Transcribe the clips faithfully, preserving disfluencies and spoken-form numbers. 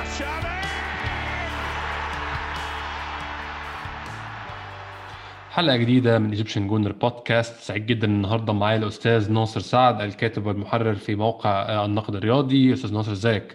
حلقة جديدة من ايجيبشن جونر بودكاست. سعيد جدا النهارده معايا الأستاذ ناصر سعد، الكاتب والمحرر في موقع النقد الرياضي. أستاذ ناصر، ازيك؟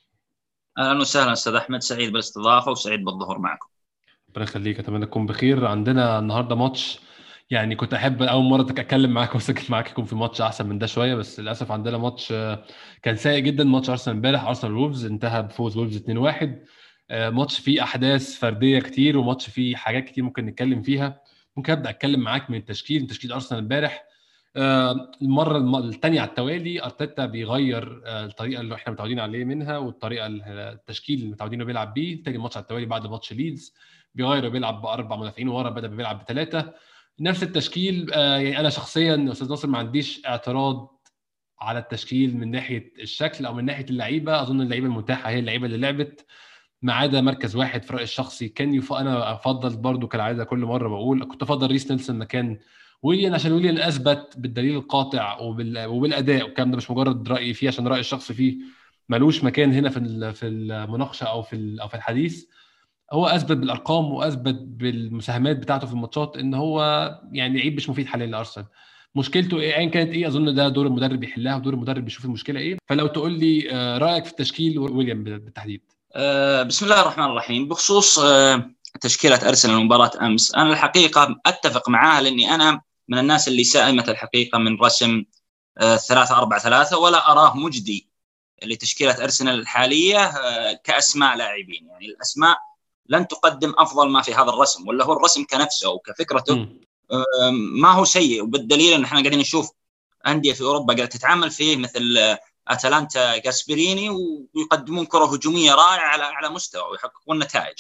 اهلا وسهلا استاذ احمد، سعيد بالاستضافه وسعيد بالظهور معكم. ربنا يخليك، اتمنى تكون بخير. عندنا النهارده ماتش، يعني كنت احب اول مره اتكلم معاك واسجل معاك يكون في ماتش احسن من ده شويه، بس للاسف عندنا ماتش آه، كان سيء جدا. ماتش ارسنال امبارح، ارسنال وولفز، انتهى بفوز وولفز اتنين واحد. آه، ماتش فيه احداث فرديه كتير، وماتش فيه حاجات كتير ممكن نتكلم فيها. ممكن ابدا اتكلم معاك من التشكيل من تشكيل ارسنال امبارح. آه، المره الم- الثانيه على التوالي ارتيتا بيغير آه، الطريقه اللي احنا متعودين عليه منها، والطريقه التشكيل اللي متعودين انه بيلعب بيه. تاني ماتش على التوالي بعد ماتش ليدز بيغير وبيلعب باربع مدافعين ورا بدل ما بيلعب بثلاثه. نفس التشكيل. آه، يعني انا شخصيا استاذ ناصر ما عنديش اعتراض على التشكيل من ناحيه الشكل او من ناحيه اللعيبه. اظن اللعيبه المتاحه هي اللعيبه اللي لعبت، ما عدا مركز واحد في رايي الشخصي كان يف... انا افضل برضو كالعاده، كل مره بقول كنت افضل ريس نيلسون مكان ويليان، عشان ويليان اثبت بالدليل القاطع وبال... وبالاداء، والكلام ده مش مجرد رايي فيه عشان رايي الشخصي فيه ملوش مكان هنا في ال- في المناقشه او في ال- او في الحديث. هو اثبت بالارقام واثبت بالمساهمات بتاعته في الماتشات ان هو يعني لعيب مش مفيد حاليا لارسنال. مشكلته ايه ايا كانت ايه، اظن ده دور المدرب يحلها، ودور المدرب بيشوف المشكله ايه. فلو تقول لي آه، رايك في التشكيل ويليام بالتحديد. أه بسم الله الرحمن الرحيم. بخصوص أه تشكيله ارسنال مباراه امس، انا الحقيقه اتفق معاها، لاني انا من الناس اللي ساهمت الحقيقه من رسم أه ثلاثة أربعة ثلاثة، ولا اراه مجدي لتشكيله ارسنال الحاليه أه كاسماء لاعبين. يعني الاسماء لن تقدم افضل ما في هذا الرسم، ولا هو الرسم كنفسه وكفكرته أه ما هو سيء، وبالدليل ان احنا قاعدين نشوف أندية في أوروبا قاعدة تتعامل فيه مثل أتلانتا جاسبريني، ويقدمون كرة هجومية رائعة على على مستوى ويحققون نتائج.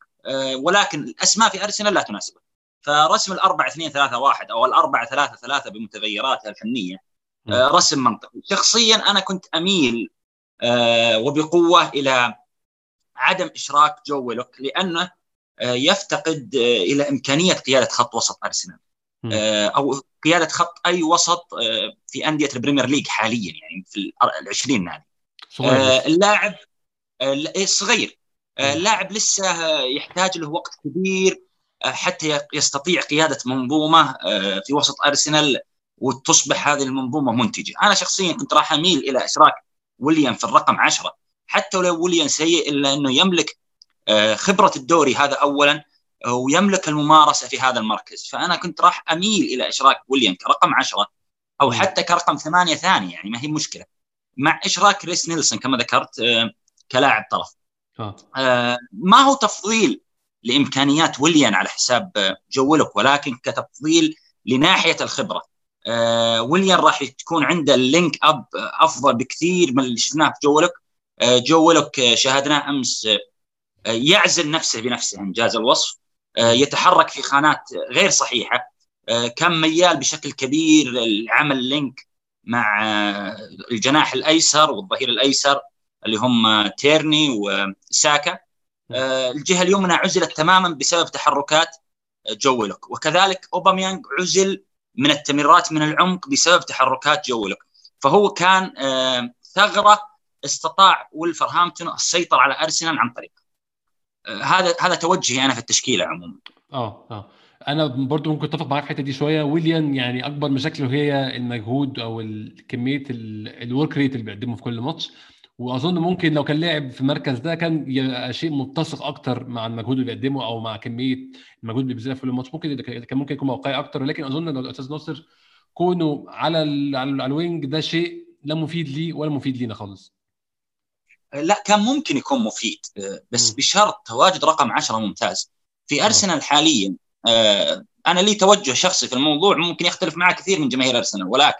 ولكن الأسماء في أرسنال لا تناسبه. فرسم الأربعة اثنين ثلاثة واحد أو الأربعة ثلاثة ثلاثة بمتغيراتها الفنية رسم منطقي. شخصيا أنا كنت أميل وبقوة إلى عدم إشراك جو ويلوك، لأنه يفتقد إلى إمكانية قيادة خط وسط أرسنال أو قيادة خط أي وسط في أندية البريمير ليج حاليا، يعني في العشرين نادي. اللاعب صغير، اللاعب لسه يحتاج له وقت كبير حتى يستطيع قيادة منظومة في وسط أرسنال وتصبح هذه المنظومة منتجة. أنا شخصيا كنت راح أميل إلى إشراك ويليان في الرقم عشرة، حتى لو ويليان سيء إلا أنه يملك خبرة الدوري هذا أولا، ويملك الممارسة في هذا المركز. فأنا كنت راح أميل إلى إشراك ويليان كرقم عشرة أو حتى كرقم ثمانية ثاني، يعني ما هي مشكلة، مع إشراك ريس نيلسون كما ذكرت كلاعب طرف. آه. ما هو تفضيل لإمكانيات ويليان على حساب جو ويلوك، ولكن كتفضيل لناحية الخبرة. آه ويليان راح تكون عنده اللينك أب أفضل بكثير من اللي شفناه في جو ويلوك. آه جو ويلوك شاهدناه أمس يعزل نفسه بنفسه إنجاز الوصف، يتحرك في خانات غير صحيحة، كان ميال بشكل كبير لعمل لينك مع الجناح الأيسر والظهير الأيسر اللي هم تيرني وساكا. الجهة اليمنى عزلت تماما بسبب تحركات جو ويلوك، وكذلك أوباميانغ عزل من التمريرات من العمق بسبب تحركات جو ويلوك. فهو كان ثغرة استطاع وولفرهامبتون السيطرة على أرسنال عن طريق هذا هذا توجهي انا في التشكيله عموما. اه اه انا برضو ممكن اتفق معاك في الحته دي شويه. ويليان يعني اكبر مشاكله هي المجهود او كميه الورك ريت اللي بيقدمه في كل ماتش، واظن ممكن لو كان لاعب في المركز ده كان يبقى شيء متسق اكتر مع المجهود اللي بيقدمه او مع كميه المجهود اللي بيبذلها في كل ماتش. ممكن كان ممكن يكون واقعي اكتر، ولكن اظن ان الاستاذ ناصر كونه على ال على, على الوينج ده شيء لا مفيد ليه ولا مفيد لينا خالص. لا، كان ممكن يكون مفيد، بس م. بشرط تواجد رقم عشرة ممتاز في أرسنال حاليا. آه أنا لي توجه شخصي في الموضوع، ممكن يختلف معه كثير من جماهير أرسنال، ولكن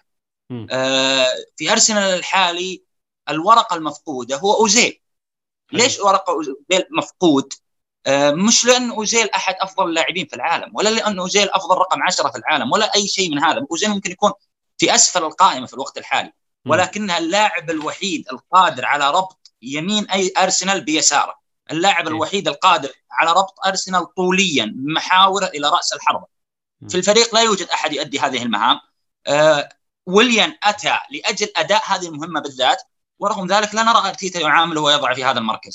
آه في أرسنال الحالي الورقة المفقودة هو أوزيل. ليش ورقة أوزيل مفقود؟ آه مش لأن أوزيل أحد أفضل اللاعبين في العالم، ولا لأن أوزيل أفضل رقم عشرة في العالم، ولا أي شيء من هذا. أوزيل ممكن يكون في أسفل القائمة في الوقت الحالي، ولكنها اللاعب الوحيد القادر على ربط يمين أي أرسنال بيساره، اللاعب الوحيد القادر على ربط أرسنال طوليا محاورة إلى رأس الحربة. في الفريق لا يوجد أحد يؤدي هذه المهام. آه ويليان أتى لأجل أداء هذه المهمة بالذات، ورغم ذلك لا نرى أرتيتا يعامله ويضع في هذا المركز.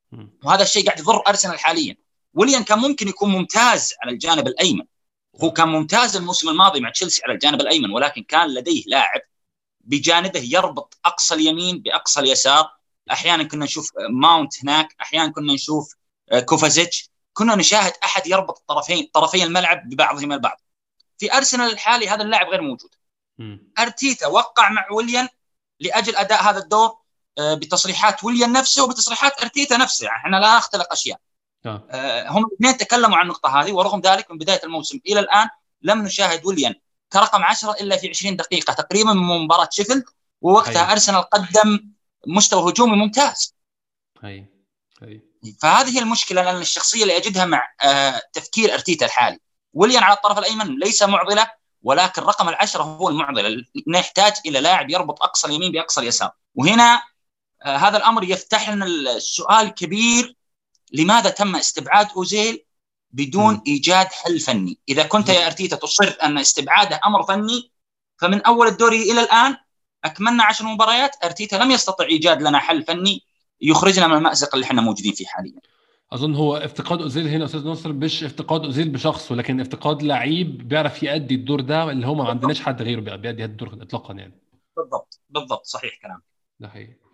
وهذا الشيء قاعد يضر أرسنال حاليا. ويليان كان ممكن يكون ممتاز على الجانب الأيمن، هو كان ممتاز الموسم الماضي مع تشيلسي على الجانب الأيمن، ولكن كان لديه لاعب بجانبه يربط أقصى اليمين بأقصى اليسار. أحيانا كنا نشوف ماونت هناك، أحيانا كنا نشوف كوفازيتش، كنا نشاهد أحد يربط الطرفين طرفي الملعب ببعضهم البعض. في أرسنال الحالي هذا اللاعب غير موجود. أرتيتا وقع مع ويليان لأجل أداء هذا الدور بتصريحات ويليان نفسه وبتصريحات أرتيتا نفسه، يعني احنا لا نختلق أشياء. آه. هم الاثنين تكلموا عن النقطة هذه، ورغم ذلك من بداية الموسم إلى الآن لم نشاهد ويليان كرقم عشرة إلا في عشرين دقيقة تقريبا من مباراة شيفيلد، ووقتها هي. أرسنال قدم مستوى هجومي ممتاز. هي. هي. فهذه هي المشكلة لأن الشخصية اللي أجدها مع آه تفكير أرتيتا الحالي. ويليان على الطرف الأيمن ليس معضلة، ولكن رقم العشرة هو المعضلة. نحتاج إلى لاعب يربط أقصى اليمين بأقصى اليسار، وهنا آه هذا الأمر يفتح لنا السؤال كبير: لماذا تم استبعاد أوزيل بدون م. إيجاد حل فني؟ إذا كنت يا أرتيتا تصر أن استبعاده أمر فني، فمن أول الدوري إلى الآن أكملنا عشر مباريات، أرتيتا لم يستطع إيجاد لنا حل فني يخرجنا من المأزق اللي احنا موجودين فيه حاليا. أظن هو افتقاد أوزيل هنا أستاذ ناصر مش افتقاد أوزيل بشخص، ولكن افتقاد لعيب بيعرف يؤدي الدور ده اللي هو ما عندناش حد غيره بيأدي هذا الدور إطلاقا يعني. بالضبط بالضبط صحيح كلام. ده حقيقي.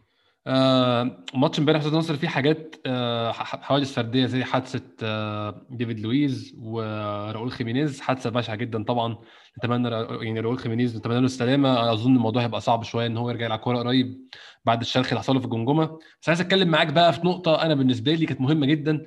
آه ماتش امبارح استاذ ناصر فيه حاجات آه حوادث فرديه زي حادثه آه ديفيد لويز وراؤول خيمينيز، حادثه بشعه جدا طبعا. نتمنى يعني راؤول خيمينيز نتمنى له السلامه. اظن الموضوع هيبقى صعب شويه ان هو يرجع يلعب كوره قريب بعد الشرخ اللي حصل له في الجمجمه. بس عايز اتكلم معاك بقى في نقطه انا بالنسبه لي كانت مهمه جدا: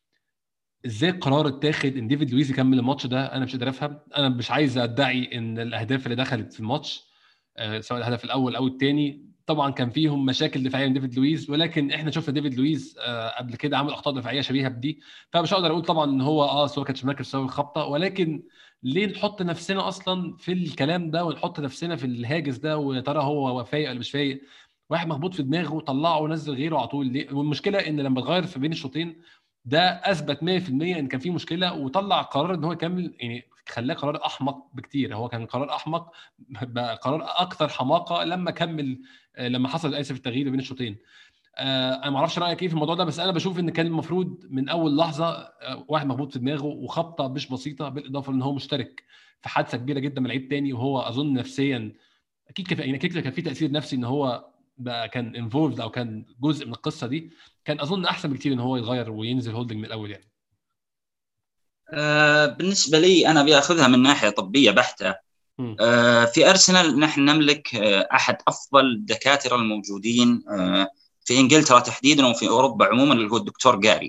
ازاي القرار اتاخد ان ديفيد لويز يكمل الماتش ده؟ انا مش قادر افهم. انا مش عايز ادعي ان الاهداف اللي دخلت في الماتش آه سواء الهدف الاول او الثاني طبعا كان فيهم مشاكل دفاعيه من ديفيد لويز، ولكن احنا شفنا ديفيد لويز آه قبل كده عمل اخطاء دفاعيه شبيهه بدي، فمش هقدر اقول طبعا ان هو اه سواء كانش مركز سواء الخبطه، ولكن ليه نحط نفسنا اصلا في الكلام ده ونحط نفسنا في الهاجس ده؟ ويا ترى هو فايق ولا مش فايق؟ واحد مخبوط في دماغه طلعه ونزل غيره على طول ليه؟ والمشكله ان لما اتغير في بين الشوطين ده اثبت مية في المية ان كان في مشكله، وطلع قرار ان هو يكمل، يعني خلاه قرار احمق بكتير. هو كان قرار احمق بقى قرار اكثر حماقه لما كمل لما حصل اسف التغيير بين الشوطين. آه انا ما اعرفش رايك ايه في الموضوع ده، بس انا بشوف ان كان المفروض من اول لحظه آه واحد مخبوط في دماغه وخبطه مش بسيطه، بالاضافه ان هو مشترك في حادثه كبيره جدا من لعيب تاني، وهو اظن نفسيا اكيد كان يعني اكيد كان في تاثير نفسي ان هو بقى كان انفولد او كان جزء من القصه دي. كان اظن احسن بكتير ان هو يتغير وينزل هولدنج من الاول يعني. آه بالنسبه لي انا بياخذها من ناحيه طبيه بحته. آه في ارسنال نحن نملك آه احد افضل الدكاتره الموجودين آه في انجلترا تحديدا وفي اوروبا عموما، اللي هو الدكتور جاري.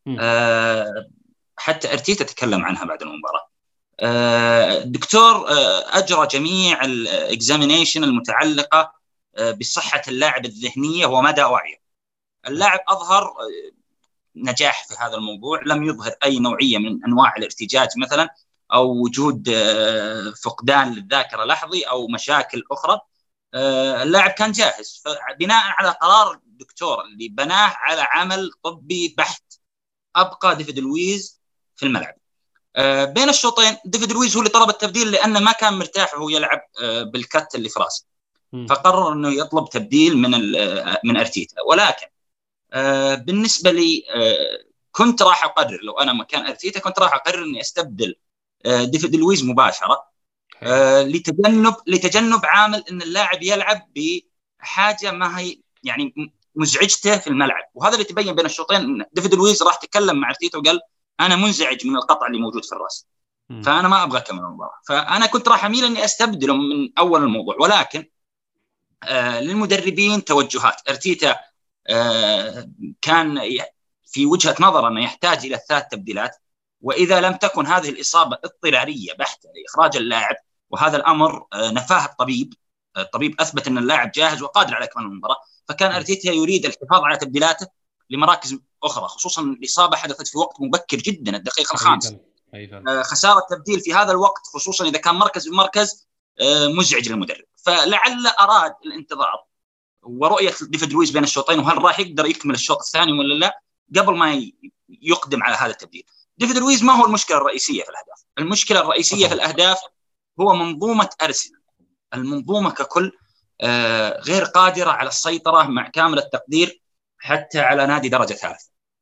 آه حتى ارتيتا تكلم عنها بعد المباراه. آه الدكتور آه اجرى جميع الاكزامينيشن المتعلقه آه بصحه اللاعب الذهنيه ومدى وعيه. اللاعب اظهر آه نجاح في هذا الموضوع، لم يظهر أي نوعية من أنواع الارتجاج مثلا أو وجود فقدان للذاكرة لحظي أو مشاكل أخرى. اللاعب كان جاهز، فبناء على قرار الدكتور اللي بناه على عمل طبي بحت أبقى ديفيد لويز في الملعب. بين الشوطين ديفيد لويز هو اللي طلب التبديل لأنه ما كان مرتاح وهو يلعب بالكت اللي في راسه، فقرر أنه يطلب تبديل من من أرتيتا. ولكن آه بالنسبة لي آه كنت راح أقرر لو أنا مكان أرتيتا كنت راح أقرر أني أستبدل آه ديفيد لويز مباشرة آه لتجنب لتجنب عامل أن اللاعب يلعب بحاجة ما هي يعني مزعجته في الملعب. وهذا اللي تبين بين الشوطين. ديفيد لويز راح تكلم مع أرتيتا وقال أنا منزعج من القطع اللي موجود في الرأس، فأنا ما أبغى أكمل المباراة. فأنا كنت راح أميل أني أستبدله من أول الموضوع. ولكن آه للمدربين توجهات. أرتيتا آه كان في وجهة نظر أنه يحتاج إلى ثلاث تبديلات، وإذا لم تكن هذه الإصابة اضطرارية بحتة لإخراج اللاعب، وهذا الأمر آه نفاه الطبيب. الطبيب أثبت أن اللاعب جاهز وقادر على إكمال المباراة، فكان أرتيتا يريد الحفاظ على تبديلاته لمراكز أخرى، خصوصا الإصابة حدثت في وقت مبكر جدا الدقيقة الخامسة. آه خسارة تبديل في هذا الوقت خصوصا إذا كان مركز بمركز آه مزعج للمدرب، فلعل أراد الانتظار ورؤية ديفيد لويز بين الشوطين وهل راح يقدر يكمل الشوط الثاني ولا لا قبل ما يقدم على هذا التبديل. ديفيد لويز ما هو المشكلة الرئيسية في الأهداف. المشكلة الرئيسية في الأهداف هو منظومة أرسنال. المنظومة ككل آه غير قادرة على السيطرة مع كامل التقدير حتى على نادي درجة ثالثة.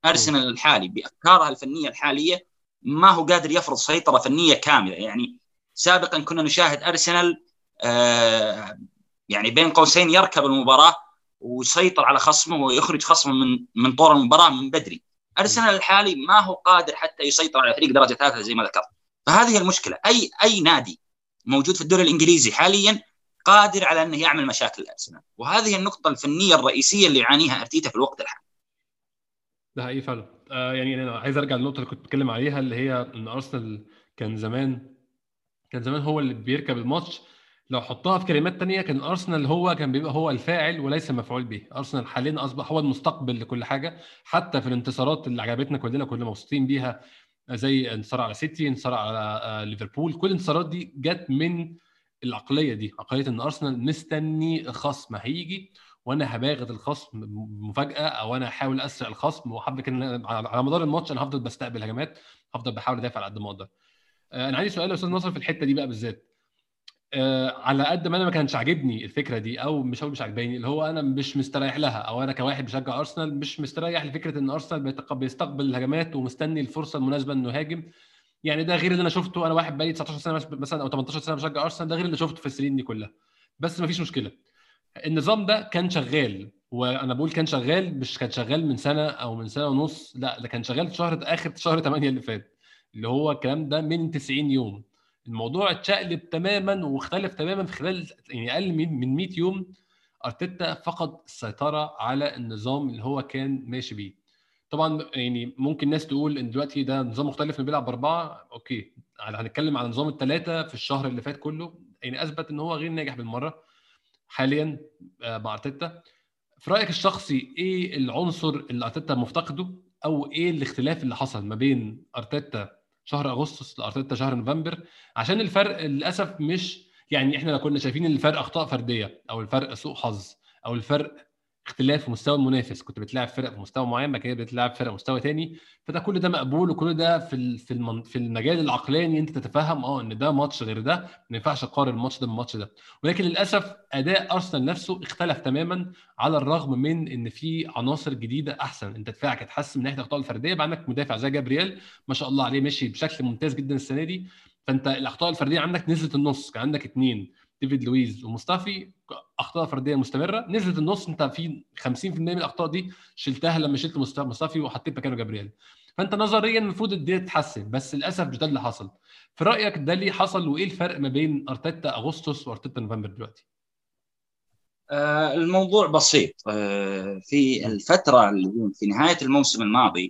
أرسنال الحالي بأفكارها الفنية الحالية ما هو قادر يفرض سيطرة فنية كاملة. يعني سابقا كنا نشاهد أرسنال آه يعني بين قوسين يركب المباراة ويسيطر على خصمه ويخرج خصمه من من طور المباراة من بدري. أرسنال الحالي ما هو قادر حتى يسيطر على فريق درجة ثالثة زي ما ذكرت. فهذه المشكلة. أي أي نادي موجود في الدوري الإنجليزي حاليا قادر على أنه يعمل مشاكل الأرسنال، وهذه النقطة الفنية الرئيسية اللي يعانيها أرتيتا في الوقت الحالي. ده حقيقي فعلا. آه يعني انا عايز ارجع للنقطه اللي كنت بتكلم عليها، اللي هي ان ارسنال كان زمان كان زمان هو اللي بيركب الماتش. لو حطها في كلمات تانية، كان ارسنال هو كان بيبقى هو الفاعل وليس مفعول به. ارسنال حاليا اصبح هو المستقبل لكل حاجه، حتى في الانتصارات اللي عجبتنا كلنا كلنا مبسوطين بيها، زي انتصار على سيتي، انتصار على آه، ليفربول. كل الانتصارات دي جت من العقليه دي، عقليه ان ارسنال مستني خصم هيجي وانا هباغت الخصم مفاجاه، او انا هحاول اسرع الخصم، وحابب كده على مدار الماتش انا هفضل بستقبل هجمات، هفضل بحاول ادافع على قد ما اقدر. آه، انا عندي سؤال يا استاذ ناصر في الحته دي بقى بالذات. آه، على قد ما انا ما كانش عاجبني الفكره دي، او مش هقول مش عاجباني، اللي هو انا مش مستريح لها، او انا كواحد بشجع ارسنال مش مستريح لفكره ان ارسنال بيتق- بيستقبل الهجمات ومستني الفرصه المناسبه انه يهاجم. يعني ده غير اللي انا شفته، انا واحد بقالي تسعتاشر سنه مثلا او تمنتاشر سنه بشجع ارسنال، ده غير اللي شفته في السنين دي كلها. بس ما فيش مشكله، النظام ده كان شغال. وانا بقول كان شغال، مش كان شغال من سنه او من سنه ونص، لا ده كان شغال في شهر اخر شهر ثمانية اللي فات، اللي هو الكلام ده من تسعين يوم. الموضوع اتشقلب تماما واختلف تماما في خلال يعني اقل من من مية يوم. ارتيتا فقد السيطره على النظام اللي هو كان ماشي بيه. طبعا يعني ممكن ناس تقول ان دلوقتي ده نظام مختلف، إنه بيلعب باربعه. اوكي، هنتكلم على نظام الثلاثه في الشهر اللي فات كله، يعني اثبت ان هو غير ناجح بالمره حاليا آه، مع ارتيتا. في رايك الشخصي ايه العنصر اللي ارتيتا مفتقده، او ايه الاختلاف اللي حصل ما بين ارتيتا شهر اغسطس لارتيتا شهر نوفمبر؟ عشان الفرق للاسف مش يعني احنا لو كنا شايفين ان الفرق اخطاء فرديه، او الفرق سوء حظ، او الفرق اختلاف في مستوى المنافس، كنت بتلعب فرق في مستوى معين بعد كده بتلعب فرق مستوى تاني، فده كل ده مقبول، وكل ده في ال- في المن... في المجال العقلاني انت تتفهم اه ان ده ماتش غير ده، ما ينفعش اقارن الماتش ده بالماتش ده. ولكن للاسف اداء ارسنال نفسه اختلف تماما، على الرغم من ان في عناصر جديده احسن. انت دفاعك اتحسن من ناحيه الاخطاء الفرديه، بقى عندك مدافع زي جابرييل ما شاء الله عليه ماشي بشكل ممتاز جدا السنه دي. فانت الاخطاء الفرديه عندك نزلت النص، كان عندك اثنين ديفيد لويز ومصطفي اخطاء فرديه مستمره، نزلت النص. انت في خمسين في المية من الاخطاء دي شلتها لما شلت مصطفي وحطيت مكانه جابرييل. فانت نظريا المفروض الدنيا تتحسن، بس للاسف مش ده اللي حصل. في رايك ده ليه حصل، وايه الفرق ما بين ارتيتا اغسطس وارتيتا نوفمبر دلوقتي؟ آه الموضوع بسيط. آه في م. الفترة اللي في نهاية الموسم الماضي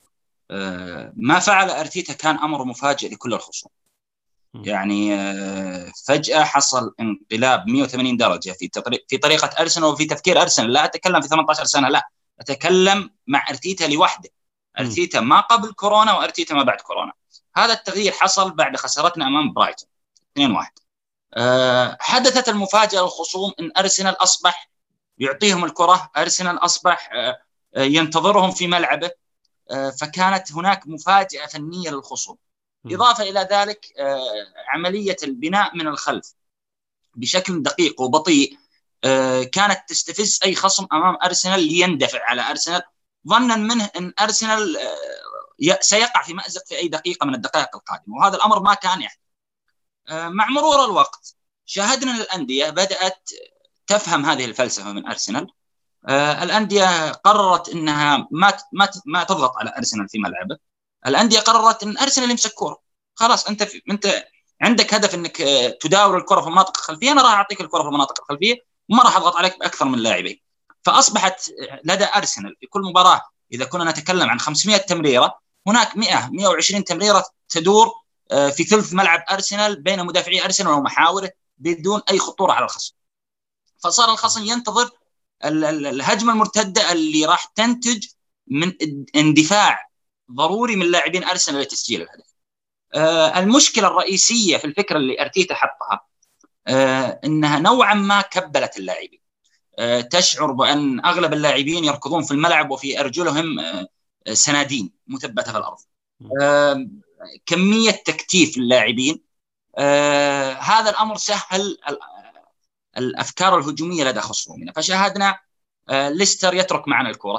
آه ما فعل أرتيتا كان أمر مفاجئ لكل الخصوم. م. يعني آه فجأة حصل انقلاب مئة وثمانين درجة في في طريقة أرسنال وفي تفكير أرسنال. لا أتكلم في ثمانية عشر سنة، لا أتكلم مع أرتيتا لوحده. م. أرتيتا ما قبل كورونا وأرتيتا ما بعد كورونا. هذا التغيير حصل بعد خسارتنا أمام برايتون اثنين واحد. أه حدثت المفاجأة للخصوم أن أرسنال أصبح يعطيهم الكرة، أرسنال أصبح أه ينتظرهم في ملعبه. أه فكانت هناك مفاجأة فنية للخصوم. م. إضافة إلى ذلك أه عملية البناء من الخلف بشكل دقيق وبطيء أه كانت تستفز أي خصم أمام أرسنال ليندفع على أرسنال، ظنا منه أن أرسنال أه سيقع في مأزق في أي دقيقة من الدقائق القادمة، وهذا الأمر ما كان يحدث. مع مرور الوقت شاهدنا الأندية بدأت تفهم هذه الفلسفة من أرسنال. الأندية قررت أنها ما ما ما تضغط على أرسنال في ملعبه. الأندية قررت أن أرسنال يمسك كرة. خلاص أنت في أنت عندك هدف أنك تداور الكرة في المناطق الخلفية، أنا راح أعطيك الكرة في المناطق الخلفية وما راح أضغط عليك بأكثر من لاعبين. فأصبحت لدى أرسنال في كل مباراة إذا كنا نتكلم عن خمسمئة تمريرة، هناك مئة مئة وعشرين تمريرة تدور في ثلث ملعب أرسنال بين مدافعي أرسنال ومحاوره بدون أي خطورة على الخصم. فصار الخصم ينتظر الهجمة المرتدة اللي راح تنتج من اندفاع ضروري من لاعبين أرسنال لتسجيل الهدف. آه المشكلة الرئيسية في الفكرة اللي أرتيتا حطها آه إنها نوعا ما كبلت اللاعبين. آه تشعر بأن أغلب اللاعبين يركضون في الملعب وفي أرجلهم آه سنادين مثبتة في الأرض. آه كمية تكتيف اللاعبين آه هذا الأمر سهل الأفكار الهجومية لدى خصومنا. فشاهدنا آه ليستر يترك معنا الكرة،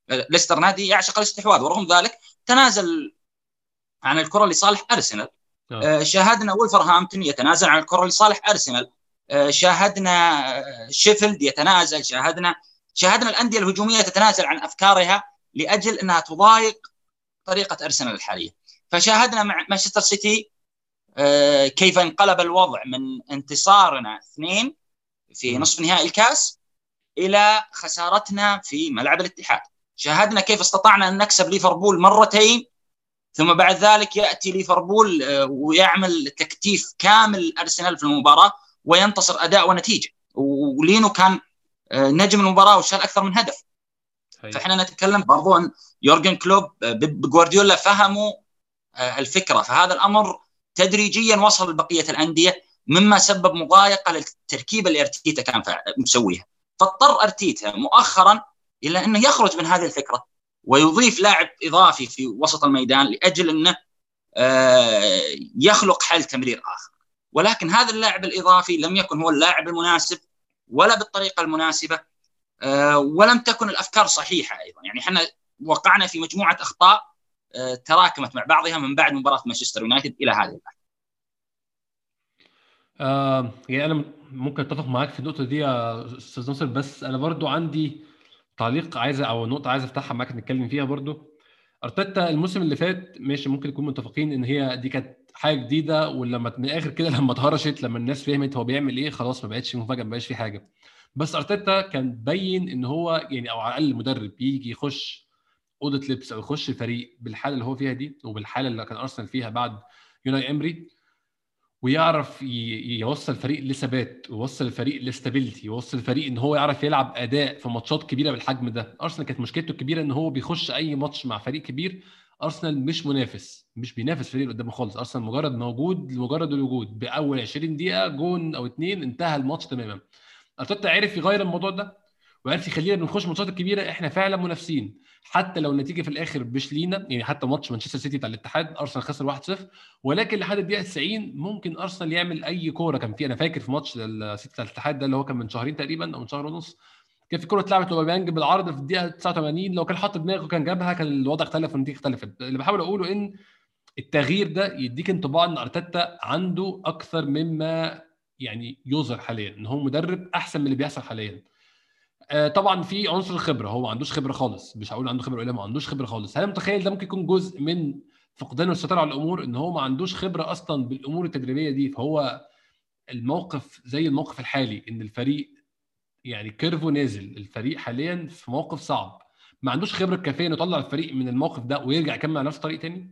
ليستر نادي يعشق الاستحواذ، ورغم ذلك تنازل عن الكرة لصالح أرسنال. آه. شاهدنا وولفرهامبتون يتنازل عن الكرة لصالح أرسنال، شاهدنا شيفيلد يتنازل، شاهدنا شاهدنا الأندية الهجومية تتنازل عن أفكارها لأجل أنها تضايق طريقة أرسنال الحالية. فشاهدنا مع مانشستر سيتي كيف انقلب الوضع من انتصارنا اثنين في نصف نهائي الكاس إلى خسارتنا في ملعب الاتحاد. شاهدنا كيف استطعنا أن نكسب ليفربول مرتين، ثم بعد ذلك يأتي ليفربول ويعمل تكتيف كامل أرسنال في المباراة وينتصر أداء ونتيجة، ولينو كان نجم المباراة وشال أكثر من هدف. فإحنا نتكلم برضو أن يورجن كلوب بجوارديولا فهموا الفكرة، فهذا الأمر تدريجيا وصل لبقية الأندية، مما سبب مضايقة للتركيبة اللي أرتيتا كان مسويها. فاضطر أرتيتا مؤخرا إلى أنه يخرج من هذه الفكرة ويضيف لاعب إضافي في وسط الميدان لأجل أنه يخلق حل تمرير آخر، ولكن هذا اللاعب الإضافي لم يكن هو اللاعب المناسب ولا بالطريقة المناسبة، ولم تكن الأفكار صحيحة أيضا. يعني احنا وقعنا في مجموعة أخطاء تراكمت مع بعضها من بعد مباراة مانشستر يونايتد إلى هذه اللحظة. آه يعني أنا ممكن أتفق معاك في النقطة دي يا أستاذ ناصر، بس أنا برضو عندي تعليق عايز او نقطه عايز افتحها معاك نتكلم فيها برضو. ارتيتا الموسم اللي فات ماشي، ممكن نكون متفقين ان هي دي كانت حاجه جديده، ولما من الاخر كده لما اتهرشت، لما الناس فهمت هو بيعمل ايه، خلاص ما بقتش مفاجاه، ما بقاش في حاجه. بس ارتيتا كان بين ان هو يعني، او على الاقل المدرب يجي يخش اوضه لبس او يخش الفريق بالحاله اللي هو فيها دي، وبالحاله اللي كان ارسنال فيها بعد يوناي امري، ويعرف يوصل الفريق لثبات، ويوصل الفريق لاستابيليتي، يوصل الفريق ان هو يعرف يلعب اداء في ماتشات كبيره بالحجم ده. ارسنال كانت مشكلته الكبيره ان هو بيخش اي ماتش مع فريق كبير، ارسنال مش منافس، مش بينافس فريق قدامه خالص، ارسنال مجرد موجود لمجرد الوجود، باول عشرين دقيقه جون او اتنين انتهى الماتش تماما. ارتيتا عرف يغير الموضوع ده، وعرف يخلينا بنخش ماتشات الكبيره احنا فعلا منافسين، حتى لو النتيجه في الاخر مش لينا. يعني حتى ماتش مانشستر سيتي بتاع الاتحاد ارسنال خسر واحد صفر، ولكن لحد الدقيقه تسعين ممكن ارسنال يعمل اي كوره. كان في، انا فاكر في ماتش السيتي بتاع الاتحاد ده اللي هو كان من شهرين تقريبا او من شهر ونص، كان في كوره اتلعبت اوباميانج بالعرض في الدقيقه تسعة وثمانين، لو كان حط دماغه كان جابها، كان الوضع اختلف والنتيجه اختلفت. اللي بحاول اقوله ان التغيير ده يديك انطباع ان ارتيتا عنده اكثر مما يعني يظهر حاليا، ان هو مدرب احسن من اللي بيحصل حاليا. طبعا في عنصر الخبره، هو ما عندوش خبره خالص، مش هقول عنده خبره قليله، ما عندوش خبره خالص. هل متخيل ده ممكن يكون جزء من فقدان السيطره على الامور، ان هو ما عندوش خبره اصلا بالامور التدريبيه دي؟ فهو الموقف زي الموقف الحالي، ان الفريق يعني كيرفو نازل، الفريق حاليا في موقف صعب، ما عندوش خبره كافيه انه يطلع الفريق من الموقف ده ويرجع يكمل على نفس الطريق تاني.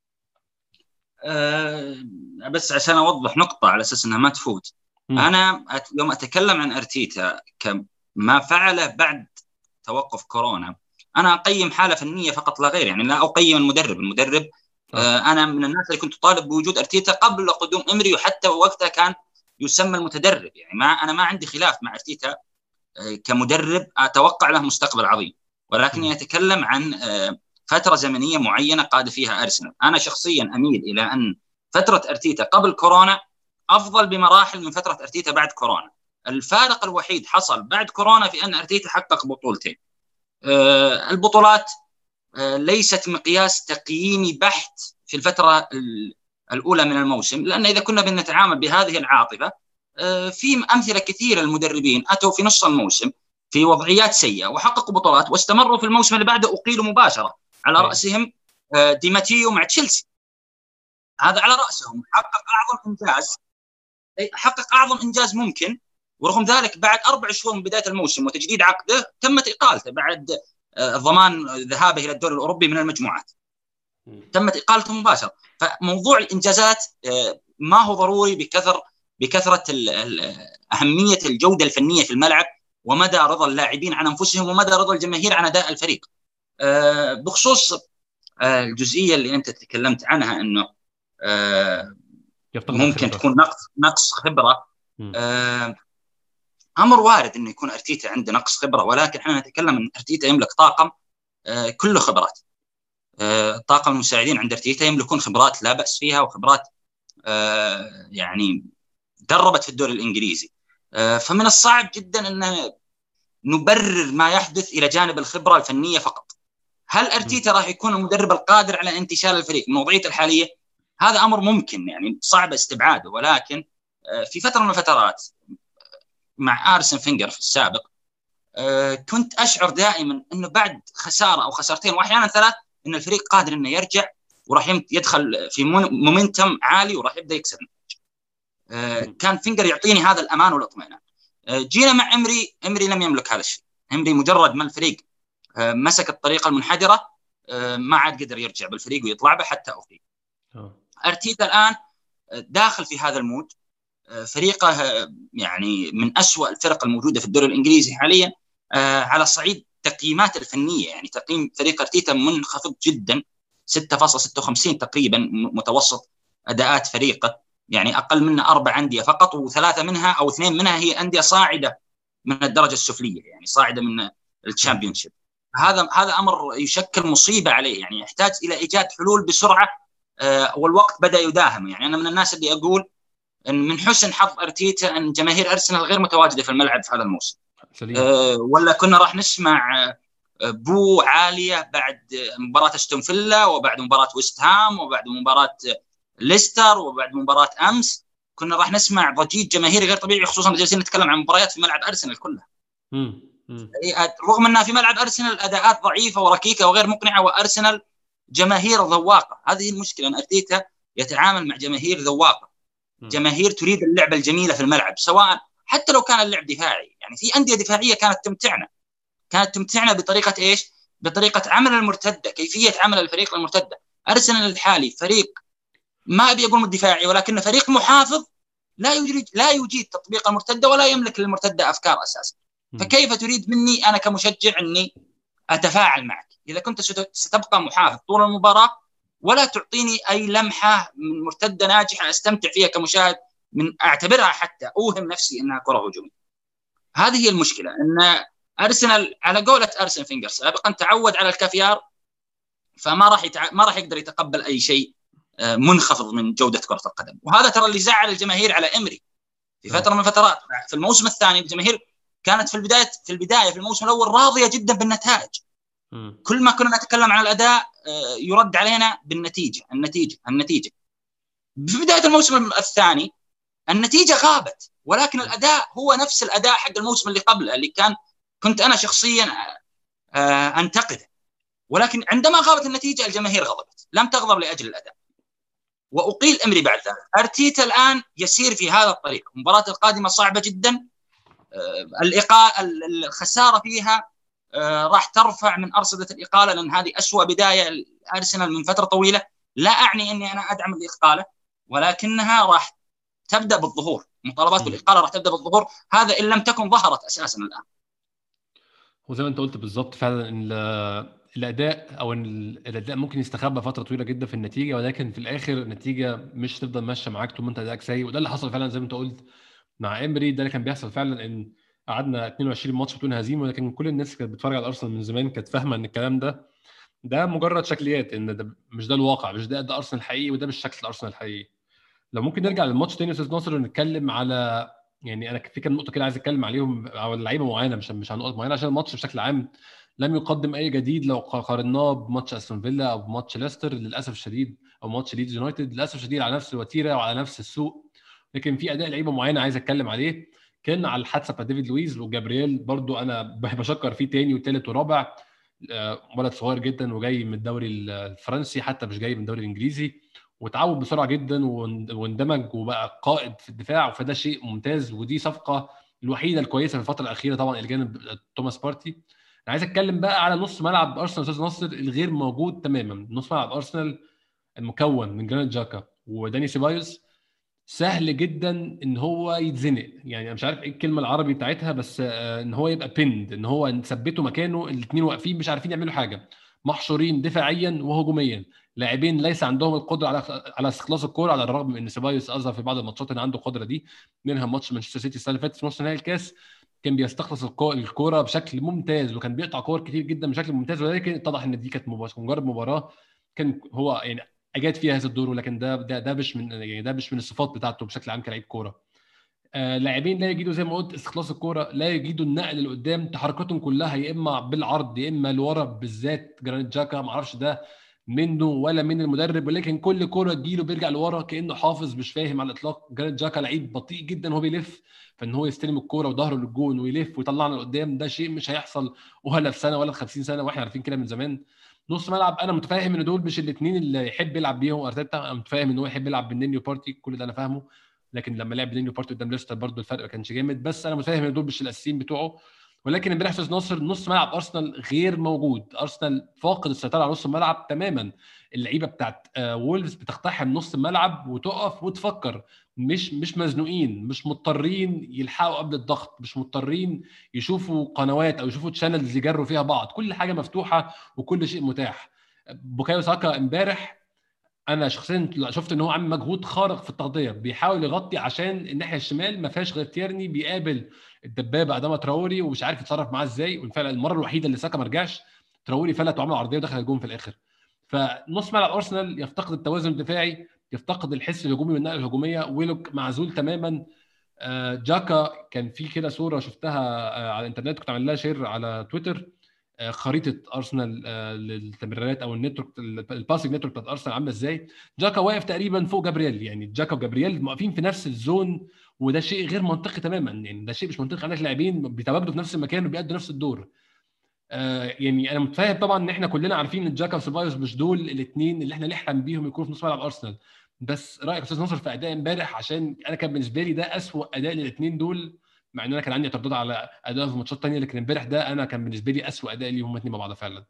أه بس عشان اوضح نقطه على اساس انها ما تفوت، م. انا يوم اتكلم عن ارتيتا كما فعله بعد توقف كورونا، انا اقيم حاله فنيه فقط لا غير، يعني لا اقيم المدرب. المدرب أه انا من الناس اللي كنت طالب بوجود ارتيتا قبل قدوم امري، وحتى وقتها كان يسمى المتدرب. يعني ما انا ما عندي خلاف مع ارتيتا أه كمدرب، اتوقع له مستقبل عظيم، ولكني اتكلم عن أه فترة زمنية معينة قاد فيها أرسنال. أنا شخصيا أميل إلى أن فترة أرتيتا قبل كورونا أفضل بمراحل من فترة أرتيتا بعد كورونا. الفارق الوحيد حصل بعد كورونا في أن أرتيتا حقق بطولتين. أه البطولات أه ليست مقياس تقييمي بحت في الفترة الأولى من الموسم، لأن إذا كنا بنتعامل بهذه العاطفة أه في أمثلة كثيرة المدربين أتوا في نص الموسم في وضعيات سيئة وحققوا بطولات، واستمروا في الموسم اللي بعده أقيلوا مباشرة، على رأسهم دي ماتيو مع تشيلسي، هذا على رأسهم. حقق أعظم إنجاز حقق أعظم إنجاز ممكن، ورغم ذلك بعد أربع شهور من بداية الموسم وتجديد عقده تمت إقالته بعد ضمان ذهابه إلى الدوري الأوروبي من المجموعات، تمت إقالته مباشرة. فموضوع الإنجازات ما هو ضروري بكثر بكثرة أهمية الجودة الفنية في الملعب، ومدى رضا اللاعبين عن أنفسهم، ومدى رضا الجماهير عن أداء الفريق. أه بخصوص أه الجزئية اللي أنت تكلمت عنها أنه أه ممكن تكون نقص نقص خبرة، أه أمر وارد أنه يكون أرتيتا عنده نقص خبرة، ولكن احنا نتكلم أن أرتيتا يملك طاقم أه كله خبرات. أه طاقم المساعدين عند أرتيتا يملكون خبرات لا بأس فيها، وخبرات أه يعني دربت في الدوري الإنجليزي. أه فمن الصعب جدا أن نبرر ما يحدث إلى جانب الخبرة الفنية فقط. هل ارتيتا راح يكون المدرب القادر على انتشال الفريق من وضعيته الحاليه؟ هذا امر ممكن، يعني صعب استبعاده، ولكن في فتره من الفترات مع ارسن فينجر في السابق كنت اشعر دائما انه بعد خساره او خسارتين واحيانا ثلاث ان الفريق قادر انه يرجع وراح يدخل في مومنتم عالي وراح يبدا يكسب. كان فينجر يعطيني هذا الامان والاطمئنان. جينا مع امري، امري لم يملك هذا الشيء. امري مجرد ما الفريق مسك الطريقه المنحدره ما عاد قدر يرجع بالفريق ويطلع به حتى أوفي. ارتيتا الان داخل في هذا المود، فريقه يعني من أسوأ الفرق الموجوده في الدوري الانجليزي حاليا على صعيد تقييمات الفنيه. يعني تقييم فريق ارتيتا منخفض جدا، ستة فاصلة ستة وخمسين تقريبا متوسط اداءات فريقه، يعني اقل منه اربع انديه فقط، وثلاثه منها او اثنين منها هي انديه صاعده من الدرجه السفليه، يعني صاعده من الشامبيونشيب. هذا هذا امر يشكل مصيبه عليه، يعني يحتاج الى ايجاد حلول بسرعه، والوقت بدا يداهم. يعني انا من الناس اللي اقول ان من حسن حظ ارتيتا ان جماهير ارسنال غير متواجده في الملعب في هذا الموسم، أه ولا كنا راح نسمع بو عاليه بعد مباراه استون فيلا وبعد مباراه ويست هام وبعد مباراه ليستر وبعد مباراه امس، كنا راح نسمع ضجيج جماهيري غير طبيعي، خصوصا جالسين نتكلم عن مباريات في ملعب ارسنال كلها. رغم انها في ملعب ارسنال الاداءات ضعيفه وركيكه وغير مقنعه، وارسنال جماهير ذواقه. هذه المشكله، ان ارتيتا يتعامل مع جماهير ذواقه، جماهير تريد اللعبه الجميله في الملعب، سواء حتى لو كان اللعب دفاعي. يعني في انديه دفاعيه كانت تمتعنا كانت تمتعنا بطريقه ايش؟ بطريقه عمل المرتده، كيفيه عمل الفريق المرتده. ارسنال الحالي فريق ما ابي اقول دفاعي، ولكنه فريق محافظ، لا يجيد لا يجيد تطبيق المرتده ولا يملك للمرتده افكار اساسا. فكيف تريد مني انا كمشجع اني اتفاعل معك اذا كنت ستبقى محافظ طول المباراه ولا تعطيني اي لمحه من مرتده ناجحه استمتع فيها كمشاهد، من اعتبرها حتى اوهم نفسي انها كره هجوميه. هذه هي المشكله، ان ارسنال على قولة ارسن فينجر سابقا تعود على الكافيار، فما راح يتع... ما راح يقدر يتقبل اي شيء منخفض من جوده كره القدم. وهذا ترى اللي زعل الجماهير على امري في فتره من الفترات. في الموسم الثاني الجماهير كانت في البدايه في البدايه في الموسم الاول راضيه جدا بالنتائج، كل ما كنا نتكلم عن الاداء يرد علينا بالنتيجه النتيجه النتيجه. في بدايه الموسم الثاني النتيجه غابت، ولكن الاداء هو نفس الاداء حق الموسم اللي قبله، اللي كان كنت انا شخصيا انتقده. ولكن عندما غابت النتيجه الجماهير غضبت، لم تغضب لاجل الاداء، واقيل امري بعد ذلك. ارتيتا الان يسير في هذا الطريق. المباراه القادمه صعبه جدا، الاقاله الخساره فيها راح ترفع من ارصده الاقاله، لان هذه اسوأ بدايه ارسنال من فتره طويله. لا اعني اني انا ادعم الاقاله، ولكنها راح تبدا بالظهور، مطالبات الاقاله راح تبدا بالظهور، هذا ان لم تكن ظهرت اساسا الان. وزي ما انت قلت بالظبط فعلا ان الاداء او ان الاداء ممكن يستخبى فتره طويله جدا في النتيجه، ولكن في الاخر النتيجه مش تفضل ماشيه معاك طول ما انت ادائك سيء. وده اللي حصل فعلا زي ما انت قلت مع امري، ده اللي كان بيحصل فعلا. ان قعدنا اتنين وعشرين ماتش بدون هزيمه، ولكن كل الناس كانت بتتفرج على ارسنال من زمان كانت فاهمه ان الكلام ده ده مجرد شكليات، ان ده مش ده الواقع، مش ده ده ارسنال الحقيقي، وده مش شكل ارسنال الحقيقي. لو ممكن نرجع للماتش تاني يا استاذ ناصر ونتكلم على، يعني انا في كام نقطه كده عايز اتكلم عليهم على اللعيبه معينه، مش مش عن نقط معينه، عشان الماتش بشكل عام لم يقدم اي جديد لو قارناه بماتش استون فيلا او بماتش ليستر للاسف الشديد، او ماتش ليدز يونايتد للاسف الشديد، على نفس الوتيره وعلى نفس السوق. لكن في اداء لعيبه معينه عايز اتكلم عليه. كان على الحادثه بتاع ديفيد لويز وجابرييل، برضو انا بشكر فيه تاني وثالث ورابع. ولد صغير جدا وجاي من الدوري الفرنسي حتى مش جاي من الدوري الانجليزي، وتعود بسرعه جدا واندمج وبقى قائد في الدفاع، فده شيء ممتاز. ودي صفقه الوحيده الكويسه في الفتره الاخيره طبعا الى جانب توماس بارتي. انا عايز اتكلم بقى على نص ملعب ارسنال استاذ ناصر الغير موجود تماما. نص ملعب ارسنال المكون من جرانيت جاكا وداني سيبايوس سهل جدا ان هو يتزنق، يعني انا مش عارف ايه الكلمه العربي بتاعتها، بس ان هو يبقى بيند، ان هو نثبته مكانه، الاثنين واقفين مش عارفين يعملوا حاجه، محشورين دفاعيا وهجوميا، لاعبين ليس عندهم القدره على على استخلاص الكوره، على الرغم من ان سيبايوس اظهر في بعض الماتشات ان عنده القدره دي، منها ماتش مانشستر سيتي السنه اللي فاتت في نص نهائي الكاس كان بيستخلص الكوره بشكل ممتاز، وكان بيقطع كور كتير جدا بشكل ممتاز. ولكن اتضح ان دي كانت مجرد مباراه كان هو يعني اجاد فيها هذا الدور، ولكن ده ده ده مش من يعني ده مش من الصفات بتاعته بشكل عام كلاعب كوره. آه لاعبين لا يجيدوا زي ما قلت استخلاص الكوره، لا يجيدوا النقل لقدام، تحركاتهم كلها يا اما بالعرض يا اما لورا، بالذات جرانيت جاكا ما اعرفش ده منه ولا من المدرب، ولكن كل كوره تجيله بيرجع لورا كانه حافظ مش فاهم على الاطلاق. جرانيت جاكا لعيب بطيء جدا وهو بيلف، فان هو يستلم الكوره وظهره للجون ويلف ويطلعنا لقدام ده شيء مش هيحصل ولا في سنه ولا في خمسين سنه، واحنا عارفين كده من زمان. نص ملعب انا متفاهم ان دول مش الاثنين اللي يحب يلعب بيهم ارتيتا، انا متفاهم ان هو يحب يلعب بالنينيو بارتي، كل ده انا فاهمه، لكن لما لعب نينيو بارتي قدام ليستر برضه الفرق ما كانش جامد، بس انا متفاهم ان دول مش الاساسيين بتوعه. ولكن امبارح في نصر نص ملعب ارسنال غير موجود، ارسنال فاقد السيطره على نص الملعب تماما. اللعيبه بتاعت آه وولفز بتقتحم نص الملعب وتقف وتفكر، مش مش مزنوقين، مش مضطرين يلحقوا قبل الضغط، مش مضطرين يشوفوا قنوات او يشوفوا تشانلز يجروا فيها بعض، كل حاجه مفتوحه وكل شيء متاح. بوكايو ساكا امبارح انا شخصيا شفت ان هو عامل مجهود خارق في التغطيه، بيحاول يغطي عشان الناحيه الشمال ما فيهاش غير تيرني بيقابل الدبابه اداما تراوري ومش عارف يتصرف معاه ازاي، وفعلا المره الوحيده اللي ساكا ما رجعش تراوري فلت وعمل عرضيه ودخل الجون في الاخر. فنص ملعب ارسنال يفتقد التوازن الدفاعي، يفتقد الحس الهجومي والنقله الهجوميه، ويلوك معزول تماما. جاكا كان في كده صوره شفتها على الانترنت كنت عامل لها شير على تويتر، خريطه ارسنال للتمريرات او النتورك الباسنج نتورك بتاعت ارسنال عامله ازاي. جاكا واقف تقريبا فوق جابرييل، يعني جاكا وجابرييل واقفين في نفس الزون، وده شيء غير منطقي تماما، يعني ده شيء مش منطقي. عندك لاعبين بيتواجدوا في نفس المكان وبيأدوا نفس الدور. آه يعني انا متفاهم طبعا ان احنا كلنا عارفين ان جاكا وسيبايوس مش دول الاثنين اللي احنا نحلم بيهم يكونوا في نص ملعب ارسنال، بس رايك استاذ ناصر في اداء امبارح؟ عشان انا كان بالنسبه لي ده اسوأ اداء للاثنين دول، مع ان انا كان عندي اعتراضات على اداء في ماتشات ثانيه، لكن امبارح ده انا كان بالنسبه لي اسوأ اداء ليهم هم الاثنين مع بعض فعلا.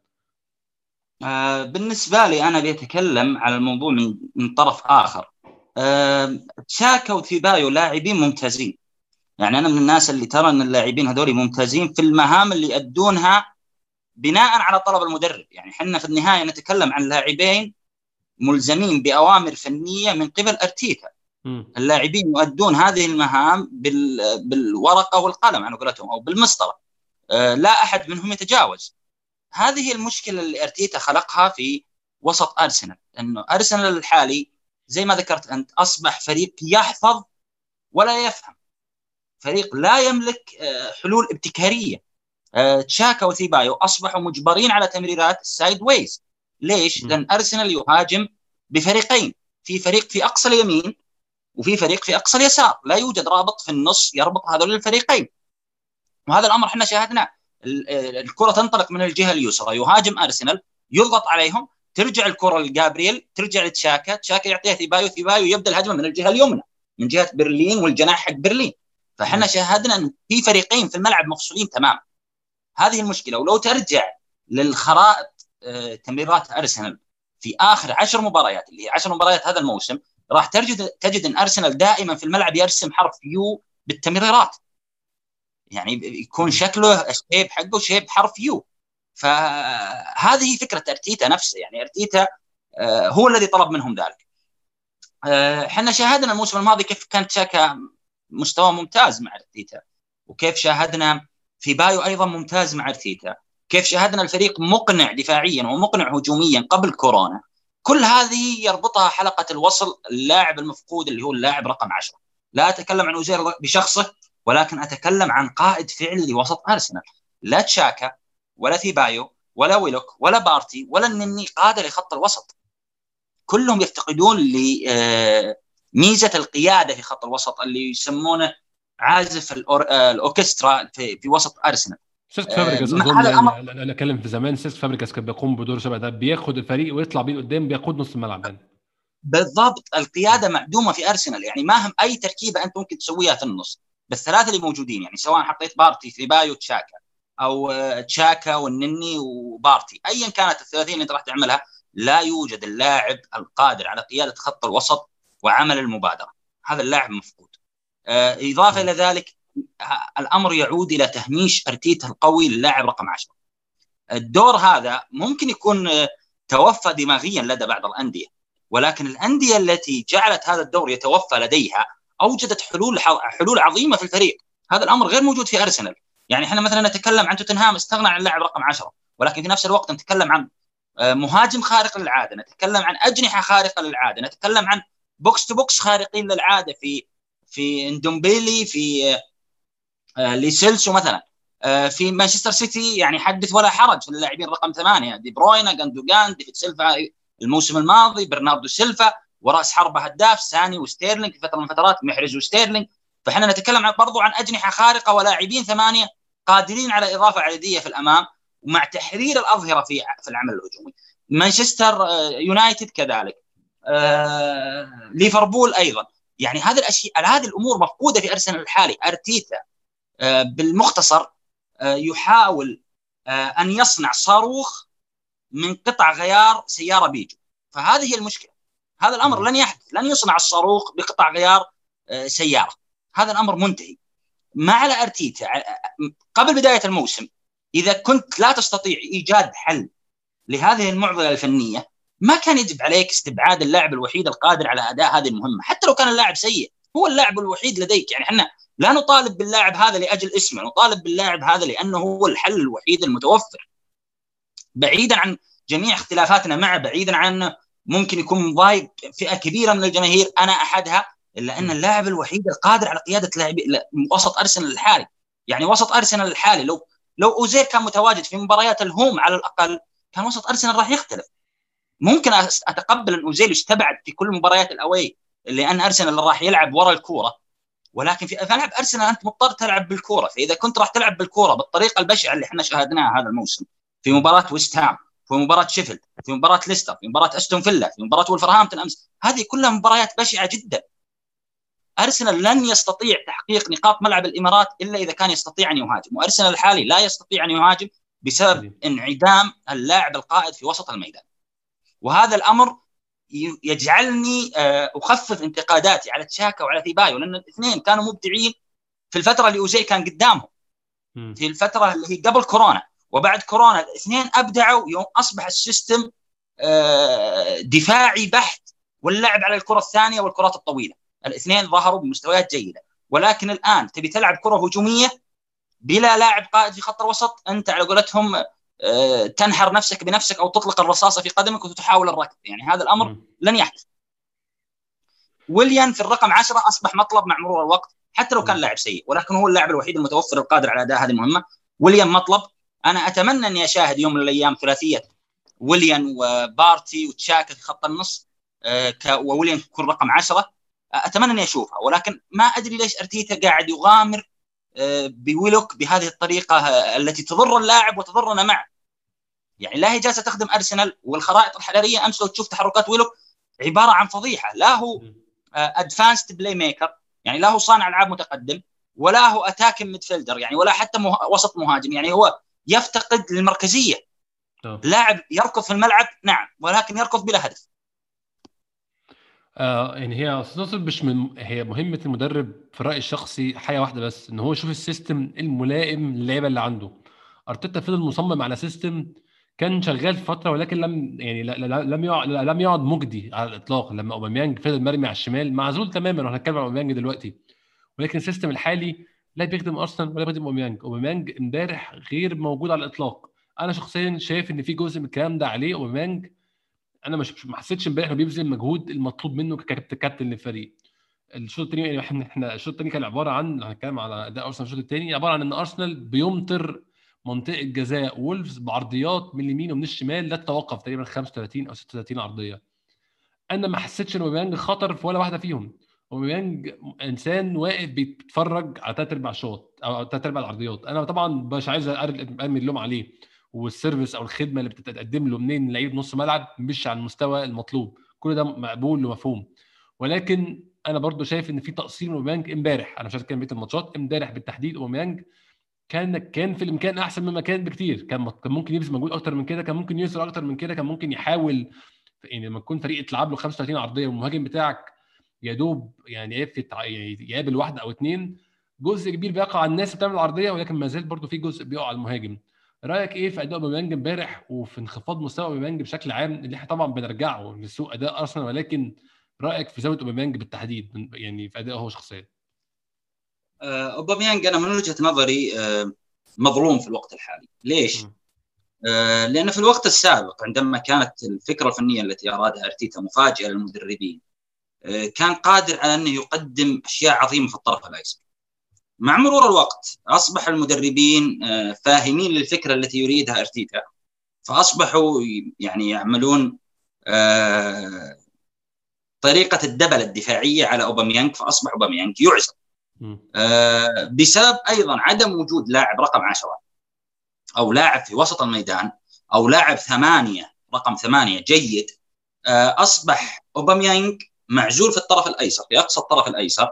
آه بالنسبة لي أنا بيتكلم على الموضوع من, من طرف آخر. آه تشاكا وثيبايو لاعبين ممتازين، يعني أنا من الناس اللي ترى أن اللاعبين هذول ممتازين في المهام اللي يؤدونها بناء على طلب المدرب. يعني حنا في النهاية نتكلم عن لاعبين ملزمين بأوامر فنية من قبل أرتيتا. اللاعبين يؤدون هذه المهام بال... بالورقة والقلم على قولتهم أو بالمسطرة، آه لا أحد منهم يتجاوز. هذه المشكلة اللي أرتيتا خلقها في وسط أرسنال، أنه أرسنال الحالي زي ما ذكرت أنت أصبح فريق يحفظ ولا يفهم، فريق لا يملك حلول ابتكارية. تشاكا وثيبايو أصبحوا مجبرين على تمريرات السايد ويز. ليش؟ لأن أرسنال يهاجم بفريقين، في فريق في أقصى اليمين وفي فريق في أقصى اليسار، لا يوجد رابط في النص يربط هذول الفريقين. وهذا الأمر احنا شاهدناه، الكرة تنطلق من الجهة اليسرى، يهاجم أرسنال، يضغط عليهم، ترجع الكرة لجابرييل، ترجع لتشاكا، تشاكا يعطيها ثيبايو، ثيبايو يبدأ الهجمة من الجهة اليمنى من جهة برلين والجناح حق برلين. فاحنا شاهدنا أن في فريقين في الملعب مفصولين تماما. هذه المشكلة. ولو ترجع للخرائط اه تمريرات أرسنال في آخر عشر مباريات اللي هي عشر مباريات هذا الموسم، راح تجد تجد أن أرسنال دائما في الملعب يرسم حرف يو بالتمريرات، يعني يكون شكله الشيب حقه شيب حرف يو. فهذه فكرة أرتيتا نفسه، يعني أرتيتا هو الذي طلب منهم ذلك. احنا شاهدنا الموسم الماضي كيف كانت تشاكا مستوى ممتاز مع أرتيتا، وكيف شاهدنا ثيبايو أيضا ممتاز مع أرتيتا، كيف شاهدنا الفريق مقنع دفاعيا ومقنع هجوميا قبل كورونا. كل هذه يربطها حلقة الوصل اللاعب المفقود اللي هو اللاعب رقم عشرة. لا أتكلم عن أوزير بشخصه، ولكن أتكلم عن قائد فعلي لوسط أرسنال. لا تشاكا ولا ثيبايو ولا ويلوك ولا بارتي ولا النني قادة لخط الوسط، كلهم يفتقدون لميزة القيادة في خط الوسط اللي يسمونه عازف الأوركسترا في, في وسط أرسنال. سيسك فابريجاس اظن، يعني انا اتكلم في زمان سيسك فابريجاس كان بيقوم بدور شبه ده، بياخد الفريق ويطلع بيه قدام، بياخد نص الملعب يعني. بالضبط، القياده معدومه في ارسنال، يعني ما هم اي تركيبه انت ممكن تسويها في النص بالثلاثه اللي موجودين، يعني سواء حطيت بارتي ثيبايو تشاكا او تشاكا والنني وبارتي، ايا كانت الثلاثيه اللي انت راح تعملها، لا يوجد اللاعب القادر على قياده خط الوسط وعمل المبادره. هذا اللاعب مفقود. اضافه الى ذلك الامر يعود الى تهميش ارتيتا القوي للاعب رقم عشرة. الدور هذا ممكن يكون توفى دماغيا لدى بعض الانديه، ولكن الانديه التي جعلت هذا الدور يتوفى لديها اوجدت حلول حلول عظيمه في الفريق. هذا الامر غير موجود في ارسنال. يعني احنا مثلا نتكلم عن توتنهام استغنى عن اللاعب رقم عشرة، ولكن في نفس الوقت نتكلم عن مهاجم خارق للعاده، نتكلم عن اجنحه خارقه للعاده، نتكلم عن بوكس تو بوكس خارقين للعاده في في اندومبيلي، في ليسيلسو مثلا. في مانشستر سيتي يعني حدث ولا حرج في اللاعبين رقم ثمانية، دي بروينا، جاندوجان، ديفيد سيلفا الموسم الماضي، برناردو سيلفا، ورأس حربة هداف ساني وستيرلينج في فترة من الفترات، محرز وستيرلينج. فإحنا نتكلم برضو عن أجنحة خارقة ولاعبين ثمانية قادرين على إضافة عددية في الأمام ومع تحرير الأظهرة في في العمل الهجومي. مانشستر يونايتد كذلك، آه، ليفربول أيضا. يعني هذه الأشياء، هذه الأمور مفقودة في أرسنال الحالي. أرتيتا آه، بالمختصر آه، يحاول آه، أن يصنع صاروخ من قطع غيار سيارة بيجو، فهذه هي المشكلة. هذا الأمر مم. لن يحدث، لن يصنع الصاروخ بقطع غيار آه، سيارة، هذا الأمر منتهي. ما على أرتيتا قبل بداية الموسم إذا كنت لا تستطيع إيجاد حل لهذه المعضلة الفنية، ما كان يجب عليك استبعاد اللاعب الوحيد القادر على أداء هذه المهمة، حتى لو كان اللاعب سيء، هو اللاعب الوحيد لديك. يعني احنا لا نطالب باللاعب هذا لأجل اسمه، نطالب باللاعب هذا لأنه هو الحل الوحيد المتوفر، بعيدا عن جميع اختلافاتنا معه، بعيدا عن ممكن يكون ضايق فئة كبيرة من الجماهير، أنا أحدها، إلا أن اللاعب الوحيد القادر على قيادة لاعب وسط أرسنال الحالي. يعني وسط أرسنال الحالي لو لو أوزيل كان متواجد في مباريات الهوم على الأقل، كان وسط أرسنال راح يختلف. ممكن أتقبل أن أوزيل يستبعد في كل مباريات الأوي لأن أرسنال راح يلعب وراء الكورة، ولكن في ملعب أرسنال أنت مضطر تلعب بالكورة. فإذا كنت راح تلعب بالكورة بالطريقة البشعة اللي احنا شاهدناها هذا الموسم في مباراة ويست هام، في مباراة شيفيلد، في مباراة ليستر، في مباراة أستون فيلا، في مباراة ولفرهامبتون أمس، هذه كلها مباريات بشعة جدا. أرسنال لن يستطيع تحقيق نقاط ملعب الإمارات إلا إذا كان يستطيع أن يهاجم، وأرسنال الحالي لا يستطيع أن يهاجم بسبب انعدام اللاعب القائد في وسط الميدان. وهذا الأمر يجعلني أخفف انتقاداتي على تشاكا وعلى ثيبايو، لأن الاثنين كانوا مبدعين في الفترة اللي أوزيل كان قدامهم، في الفترة اللي هي قبل كورونا وبعد كورونا، الاثنين أبدعوا يوم أصبح السيستم دفاعي بحت واللعب على الكرة الثانية والكرات الطويلة. الاثنين ظهروا بمستويات جيدة، ولكن الآن تبي تلعب كرة هجومية بلا لاعب قائد في خط الوسط، أنت على قولتهم تنحر نفسك بنفسك أو تطلق الرصاصة في قدمك وتحاول الركض. يعني هذا الأمر م. لن يحدث. ويليان في الرقم عشرة أصبح مطلب مع مرور الوقت حتى لو كان لاعب سيء، ولكن هو اللاعب الوحيد المتوفر القادر على أداء هذه المهمة. ويليان مطلب. أنا أتمنى أني أشاهد يوم من الأيام ثلاثية ويليان وبارتي وتشاكا في خط النص وويليان يكون رقم عشرة، أتمنى أني أشوفها، ولكن ما أدري ليش أرتيتا قاعد يغامر بويلوك بهذه الطريقة التي تضر اللاعب وتضرنا معه. يعني لا هي جالسة تخدم أرسنال، والخرائط الحرارية أمس لو تشوف تحركات ويلوك عبارة عن فضيحة. لا هو أدفانسد بلاي ميكر، يعني لا هو صانع ألعاب متقدم، ولا هو أتاكم ميدفيلدر، يعني ولا حتى مه... وسط مهاجم، يعني هو يفتقد للمركزية. لاعب يركض في الملعب نعم، ولكن يركض بلا هدف. آه يعني هي اصلا مش من هي مهمه المدرب في رايي الشخصي حاجه واحده بس، ان هو يشوف السيستم الملائم للعيبه اللي عنده. ارتيتا فضل مصمم على سيستم كان شغال في فتره، ولكن لم يعني لم يقعد لم يقعد مجدي على الاطلاق. لما اوباميانج فضل مرمي على الشمال معزول تماما، وهنتكلم عن اوباميانج دلوقتي، ولكن السيستم الحالي لا بيخدم ارسنال ولا بيخدم اوباميانج. اوباميانج امبارح غير موجود على الاطلاق. انا شخصيا شايف ان في جزء من الكلام ده عليه اوباميانج. انا مش ما حسيتش امبارح انه بيبذل المجهود المطلوب منه ككابتن للفريق. الشوط الثاني يعني احنا احنا الشوط الثاني كان عباره عن، هنتكلم على اداء ارسنال الشوط الثاني، عباره عن ان ارسنال بيمطر منطقه جزاء وولفز بعرضيات من اليمين ومن الشمال لا تتوقف، تقريبا خمسة وثلاثين او ستة وثلاثين عرضيه. انا ما حسيتش ان اوباميانج خطر في ولا واحده فيهم. اوباميانج انسان واقف بيتفرج على ثلاث ارباع شوط او ثلاث ارباع العرضيات. انا طبعا مش عايز ارمي اللوم عليه، والسيرفيس او الخدمه اللي بتتقدم له منين لعيب نص ملعب مش على المستوى المطلوب، كل ده مقبول ومفهوم. ولكن انا برضو شايف ان في تقصير من اوباميانج امبارح. انا مش عارف كان بقيه الماتشات، امبارح بالتحديد اوباميانج كان كان في الامكان احسن مما كان بكتير. كان كان ممكن يبذل مجهود اكتر من كده، كان ممكن يوصل اكتر من كده، كان ممكن يحاول. يعني لما تكون فريق تلعب له خمسة وثلاثين عرضيه والمهاجم بتاعك يا دوب يعني يقابل واحده او اثنين، جزء كبير بيقع على الناس اللي بتعمل العرضيه، ولكن ما زال برضو في جزء بيقع على المهاجم. رايك ايه في اداء اوباميانج امبارح وفي انخفاض مستوى اوباميانج بشكل عام، اللي احنا طبعا بنرجعه لسوء اداء ارسنال، ولكن رايك في زاويه اوباميانج بالتحديد يعني في ادائه هو شخصيا؟ اوباميانج انا من وجهه نظري مظلوم في الوقت الحالي. ليش؟ م. لان في الوقت السابق عندما كانت الفكره الفنيه التي ارادها ارتيتا مفاجئه للمدربين كان قادر على أنه يقدم أشياء عظيمة في الطرف الأيسر. مع مرور الوقت أصبح المدربين فاهمين للفكرة التي يريدها أرتيتا، فأصبحوا يعني يعملون طريقة الدبل الدفاعية على أوباميانغ، فأصبح أوباميانغ يعزل بسبب أيضا عدم وجود لاعب رقم عشرة أو لاعب في وسط الميدان أو لاعب ثمانية رقم ثمانية جيد. أصبح أوباميانغ معزول في الطرف الأيسر، في أقصى الطرف الأيسر،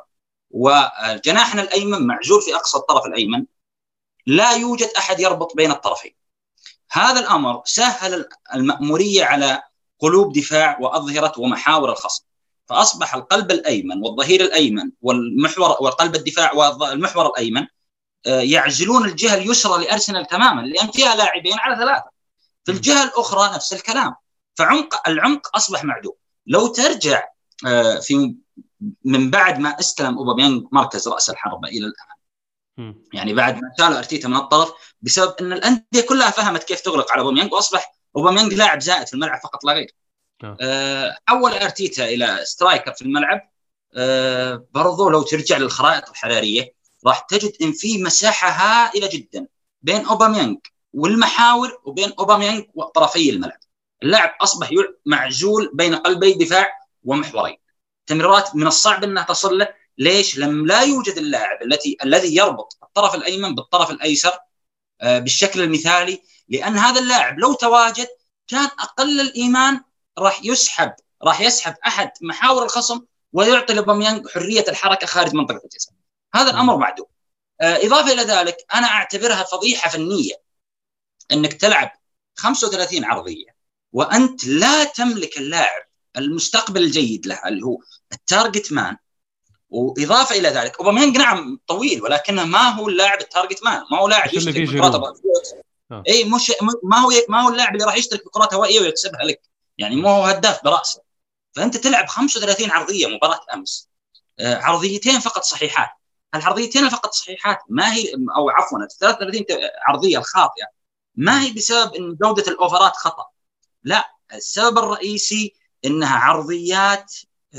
وجناحنا الأيمن معزول في أقصى الطرف الأيمن، لا يوجد أحد يربط بين الطرفين. هذا الأمر سهل المأمورية على قلوب دفاع وأظهرة ومحاور الخصم، فأصبح القلب الأيمن والظهير الأيمن والمحور وقلب الدفاع والمحور الأيمن يعزلون الجهة اليسرى لأرسنال تماما، لأن فيها لاعبين على ثلاثة. في الجهة الأخرى نفس الكلام، فعمق العمق أصبح معدوم. لو ترجع في من بعد ما استلم أوباميانغ مركز رأس الحربة إلى الآن، يعني بعد ما شال أرتيتا من الطرف، بسبب أن الأندية كلها فهمت كيف تغلق على أوباميانغ، وأصبح أوباميانغ لاعب زائد في الملعب فقط لا غير. حول أرتيتا إلى سترايكر في الملعب. برضو لو ترجع للخرائط الحرارية راح تجد إن في مساحة هائلة جدا بين أوباميانغ والمحاور وبين أوباميانغ وطرفي الملعب. اللاعب أصبح معزول بين قلبي دفاع ومحورين، تمريرات من الصعب أنها تصل له. ليش؟ لم لا يوجد اللاعب التي الذي يربط الطرف الأيمن بالطرف الأيسر بالشكل المثالي، لأن هذا اللاعب لو تواجد كان أقل الإيمان راح يسحب راح يسحب أحد محاور الخصم ويعطي لأوباميانغ حرية الحركة خارج منطقة الجزاء. هذا الأمر معدوم. إضافة إلى ذلك أنا أعتبرها فضيحة فنية أنك تلعب خمسة وثلاثين عرضية وأنت لا تملك اللاعب المستقبل الجيد له اللي هو التارجت مان. وإضافة إلى ذلك أوباميانغ نعم طويل، ولكنه ما هو اللاعب التارجت مان، ما هو لاعب يشترك بكرات أي مش ما هو ما هو اللاعب اللي راح يشترك بكرات هوائية ويكسبها لك، يعني ما هو هداف برأسه. فأنت تلعب خمسة وثلاثين عرضية مباراة أمس، عرضيتين فقط صحيحات. العرضيتين فقط صحيحات ما هي، أو عفوا ثلاثة وثلاثين عرضية الخاطئة ما هي بسبب إن جودة الأوفرات خطأ، لا، السبب الرئيسي إنها عرضيات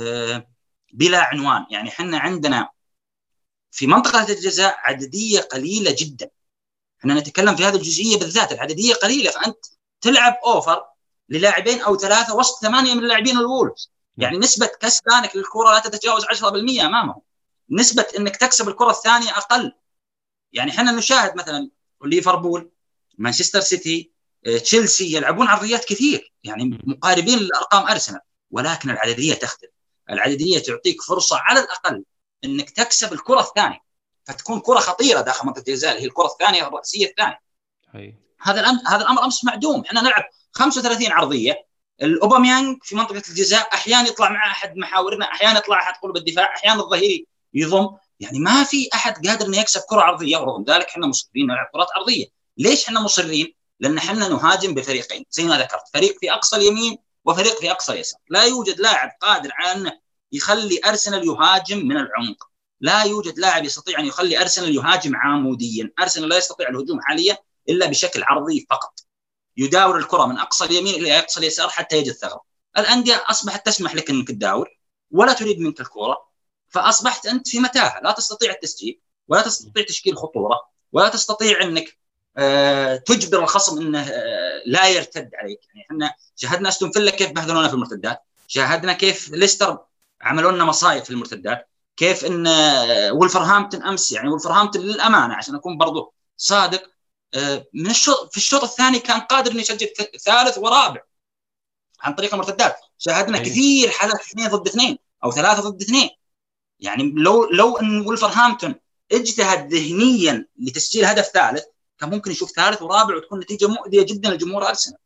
بلا عنوان. يعني حنا عندنا في منطقة الجزاء عددية قليلة جدا، احنا نتكلم في هذه الجزئية بالذات، العددية قليلة، فأنت تلعب أوفر للاعبين أو ثلاثة وسط ثمانية من اللاعبين الوولفز، يعني نسبة كسبانك للكرة لا تتجاوز عشرة بالمئة أمامهم، نسبة إنك تكسب الكرة الثانية أقل. يعني حنا نشاهد مثلا ليفربول، مانشستر سيتي، تشيلسي يلعبون عرضيات كثير، يعني مقاربين لأرقام أرسنال، ولكن العددية تختلف. العددية تعطيك فرصة على الأقل إنك تكسب الكرة الثانية، فتكون كرة خطيرة داخل منطقة الجزاء، هي الكرة الثانية الرئيسية الثانية. هذا الأمر هذا الأمر أمس معدوم. إحنا نلعب خمسة وثلاثين عرضية، الأوباميانغ في منطقة الجزاء أحيانا يطلع مع أحد محاورنا، أحيانا يطلع أحد قلوب الدفاع، أحيانا الظهيري يضم، يعني ما في أحد قادر إنه يكسب كرة عرضية. ورغم ذلك إحنا مصرين نلعب كرات عرضية. ليش إحنا مصرين؟ لأن إحنا نهاجم بفريقين زي ما ذكرت، فريق في أقصى اليمين وفريق في أقصى اليسار. لا يوجد لاعب قادر على أنه يخلي أرسنال يهاجم من العمق، لا يوجد لاعب يستطيع أن يخلي أرسنال يهاجم عموديا. أرسنال لا يستطيع الهجوم حاليا إلا بشكل عرضي فقط، يداور الكرة من أقصى اليمين إلى أقصى اليسار حتى يجد ثغرة. الأندية أصبحت تسمح لك أنك تداور ولا تريد منك الكرة، فأصبحت أنت في متاهة، لا تستطيع التسجيل ولا تستطيع تشكيل خطورة ولا تستطيع أنك آه تجبر الخصم أنه آه لا يرتد عليك. يعني إحنا شاهدنا أستون فيلا كيف بهذلونا في المرتدات، شاهدنا كيف ليستر عملوا لنا مصايب في المرتدات، كيف أن آه وولفرهامبتون أمس، يعني وولفرهامبتون للأمانة عشان أكون برضو صادق، من الشوط في الشوط الثاني كان قادر انه يسجل ثالث ورابع عن طريق المرتدات. شاهدنا أيه. كثير حالات اثنين ضد اثنين او ثلاثه ضد اثنين. يعني لو لو ان وولفرهامبتون اجتهد ذهنيا لتسجيل هدف ثالث كان ممكن يشوف ثالث ورابع وتكون نتيجه مؤذيه جدا لجمهور ارسنال.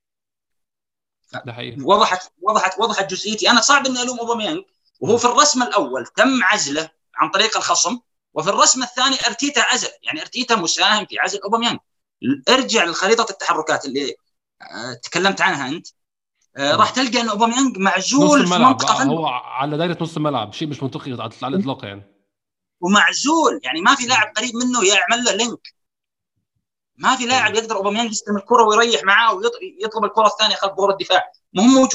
وضحت وضحت وضحت جزئيتي. انا صعب اني الوم اوباميانغ وهو في الرسم الاول تم عزله عن طريق الخصم، وفي الرسم الثاني ارتيتا عزل، يعني ارتيتا مساهم في عزل اوباميانغ. ارجع لخريطه التحركات اللي تكلمت عنها انت، راح تلقى ان اوباميانغ معزول في منطقه، هو على دايره نص الملعب، شيء مش منطقي على الاطلاق يعني، ومعزول، يعني ما في لاعب قريب منه يعمل له لينك، ما في لاعب يقدر اوباميانغ يستلم الكره ويريح معاه ويطلب الكره الثانيه خلف ظهور الدفاع، ما هو موجود.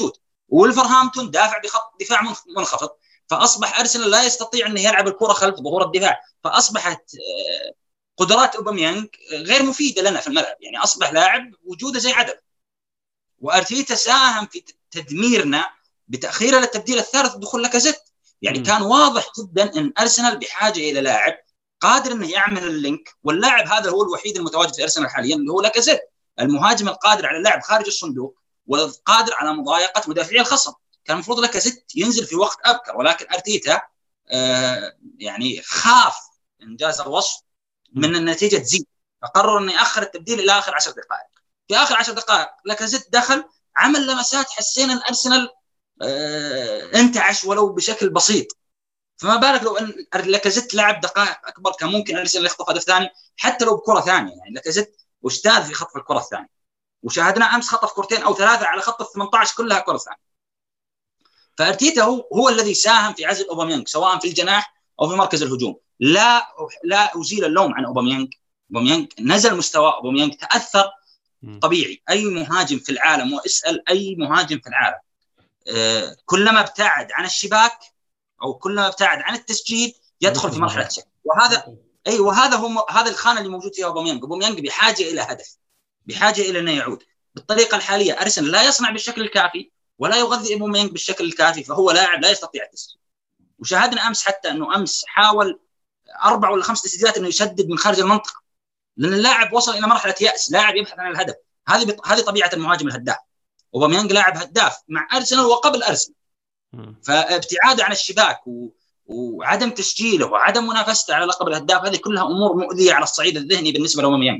وولفرهامبتون دافع بخط دفاع منخفض، فاصبح ارسنال لا يستطيع انه يلعب الكره خلف ظهور الدفاع، فاصبحت قدرات اوباميانغ غير مفيده لنا في الملعب، يعني اصبح لاعب وجوده زي عدم. وارتيتا ساهم في تدميرنا بتاخيره للتبديل الثالث ودخول لاكازيت، يعني م. كان واضح جدا ان ارسنال بحاجه الى لاعب قادر انه يعمل اللينك، واللاعب هذا هو الوحيد المتواجد في ارسنال حاليا اللي هو لاكازيت، المهاجم القادر على اللعب خارج الصندوق والقادر على مضايقه مدافعي الخصم. كان المفروض لاكازيت ينزل في وقت ابكر، ولكن ارتيتا آه يعني خاف انجاز الوصف من النتيجه تزيد، فقرر انه ياخر التبديل الى اخر عشر دقائق. في اخر عشر دقائق لاكازيت دخل، عمل لمسات حسينا ان ارسنال آه انتعش ولو بشكل بسيط، فما بالك لو ان لاكازيت لعب دقائق اكبر كان ممكن ارسنال يخطف هدف ثاني حتى لو بكره ثانيه. يعني لاكازيت استاذ في خطف الكره الثانيه، وشاهدنا امس خطف كرتين او ثلاثه على خط ال ثمانية عشر كلها كره ثانيه. فارتيتا هو هو الذي ساهم في عزل اوباميانغ سواء في الجناح او في مركز الهجوم. لا لا ازيل اللوم عن اوباميانغ، اوباميانغ نزل مستوى، اوباميانغ تاثر طبيعي. اي مهاجم في العالم، واسال اي مهاجم في العالم، آه كلما ابتعد عن الشباك او كلما ابتعد عن التسجيل يدخل في مرحله شك، وهذا اي وهذا هو هذا الخانه اللي موجود فيها اوباميانغ. اوباميانغ بحاجه الى هدف، بحاجه الى انه يعود. بالطريقه الحاليه ارسنال لا يصنع بالشكل الكافي ولا يغذي اوباميانغ بالشكل الكافي، فهو لاعب لا يستطيع التسجيل. وشاهدنا امس حتى انه امس حاول اربع ولا خمس تسديدات انه يسدد من خارج المنطقه، لان اللاعب وصل الى مرحله ياس، لاعب يبحث عن الهدف. هذه هذه طبيعه المهاجم الهداف. اوباميانغ لاعب هداف مع ارسنال وقبل ارسنال، فابتعاده عن الشباك و... وعدم تسجيله وعدم منافسته على لقب الهداف، هذه كلها امور مؤذيه على الصعيد الذهني بالنسبه لاوباميانغ.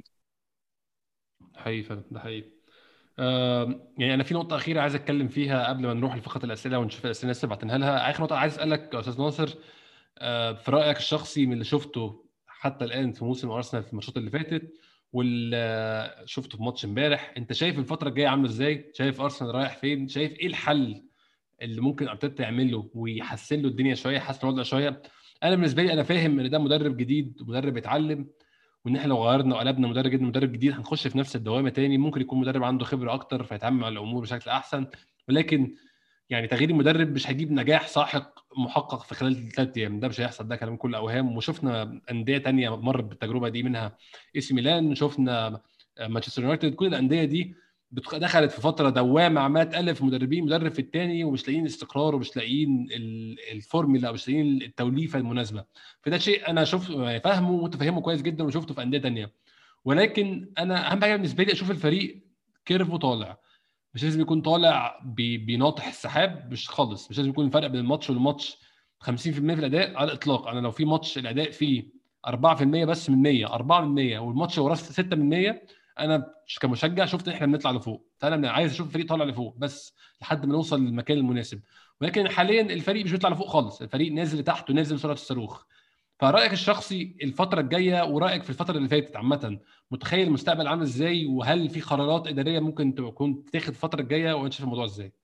حقيقي فعلا، ده حقيقي. آه يعني انا في نقطه اخيره عايز اتكلم فيها قبل ما نروح لفقره الاسئله ونشوف الاسئله لسه بعتنها لها. اخر نقطه عايز اسالك يا استاذ ناصر، آه في رايك الشخصي من اللي شفته حتى الان في موسم ارسنال في الماتشات اللي فاتت واللي شفته في ماتش امبارح، انت شايف الفتره الجايه عامله ازاي؟ شايف ارسنال رايح فين؟ شايف ايه الحل اللي ممكن ارتيتا يعمله ويحسن له الدنيا شويه، يحسن الوضع شويه؟ انا بالنسبه لي انا فاهم ان ده مدرب جديد ومدرب بيتعلم، وان احنا لو غيرنا وقلبنا مدرب جديد مدرب جديد هنخش في نفس الدوامه تاني. ممكن يكون مدرب عنده خبره اكتر فيتعامل مع الامور بشكل احسن، ولكن يعني تغيير المدرب مش هيجيب نجاح ساحق محقق في خلال ثلاث ايام، ده مش هيحصل، ده كلام كله اوهام. وشفنا انديه تانية مرت بالتجربه دي، منها اي سي ميلان، شفنا مانشستر يونايتد، كل الانديه دي دخلت في فتره دوامه عماله تالف مدربين، مدرب في الثاني ومش لاقيين استقرار ومش لاقيين الفورمولا ومش لاقيين التوليفه المناسبه. فده شيء انا شوف فاهمه ومتفهمه كويس جدا وشفته في انديه ثانيه، ولكن انا اهم حاجه بالنسبه لي اشوف الفريق كيرفو طالع، مش لازم يكون طالع بناطح السحاب، مش خالص، مش لازم يكون الفرق بين الماتش والماتش خمسين بالمية في الاداء على الاطلاق. انا لو في ماتش الاداء فيه أربعة بالمية بس من مية، أربعة بالمية، والماتش وراه ستة بالمية، انا كمشجع شفت ان احنا بنطلع لفوق، فانا عايز اشوف الفريق طالع لفوق بس لحد ما نوصل للمكان المناسب. ولكن حاليا الفريق مش بيطلع لفوق خالص، الفريق نازل لتحت ونازل بسرعه الصاروخ. فرايك الشخصي الفتره الجايه ورايك في الفتره اللي فاتت عامه، متخيل المستقبل عامل ازاي؟ وهل في قرارات اداريه ممكن تكون تاخد الفتره الجايه وانت شايف الموضوع ازاي؟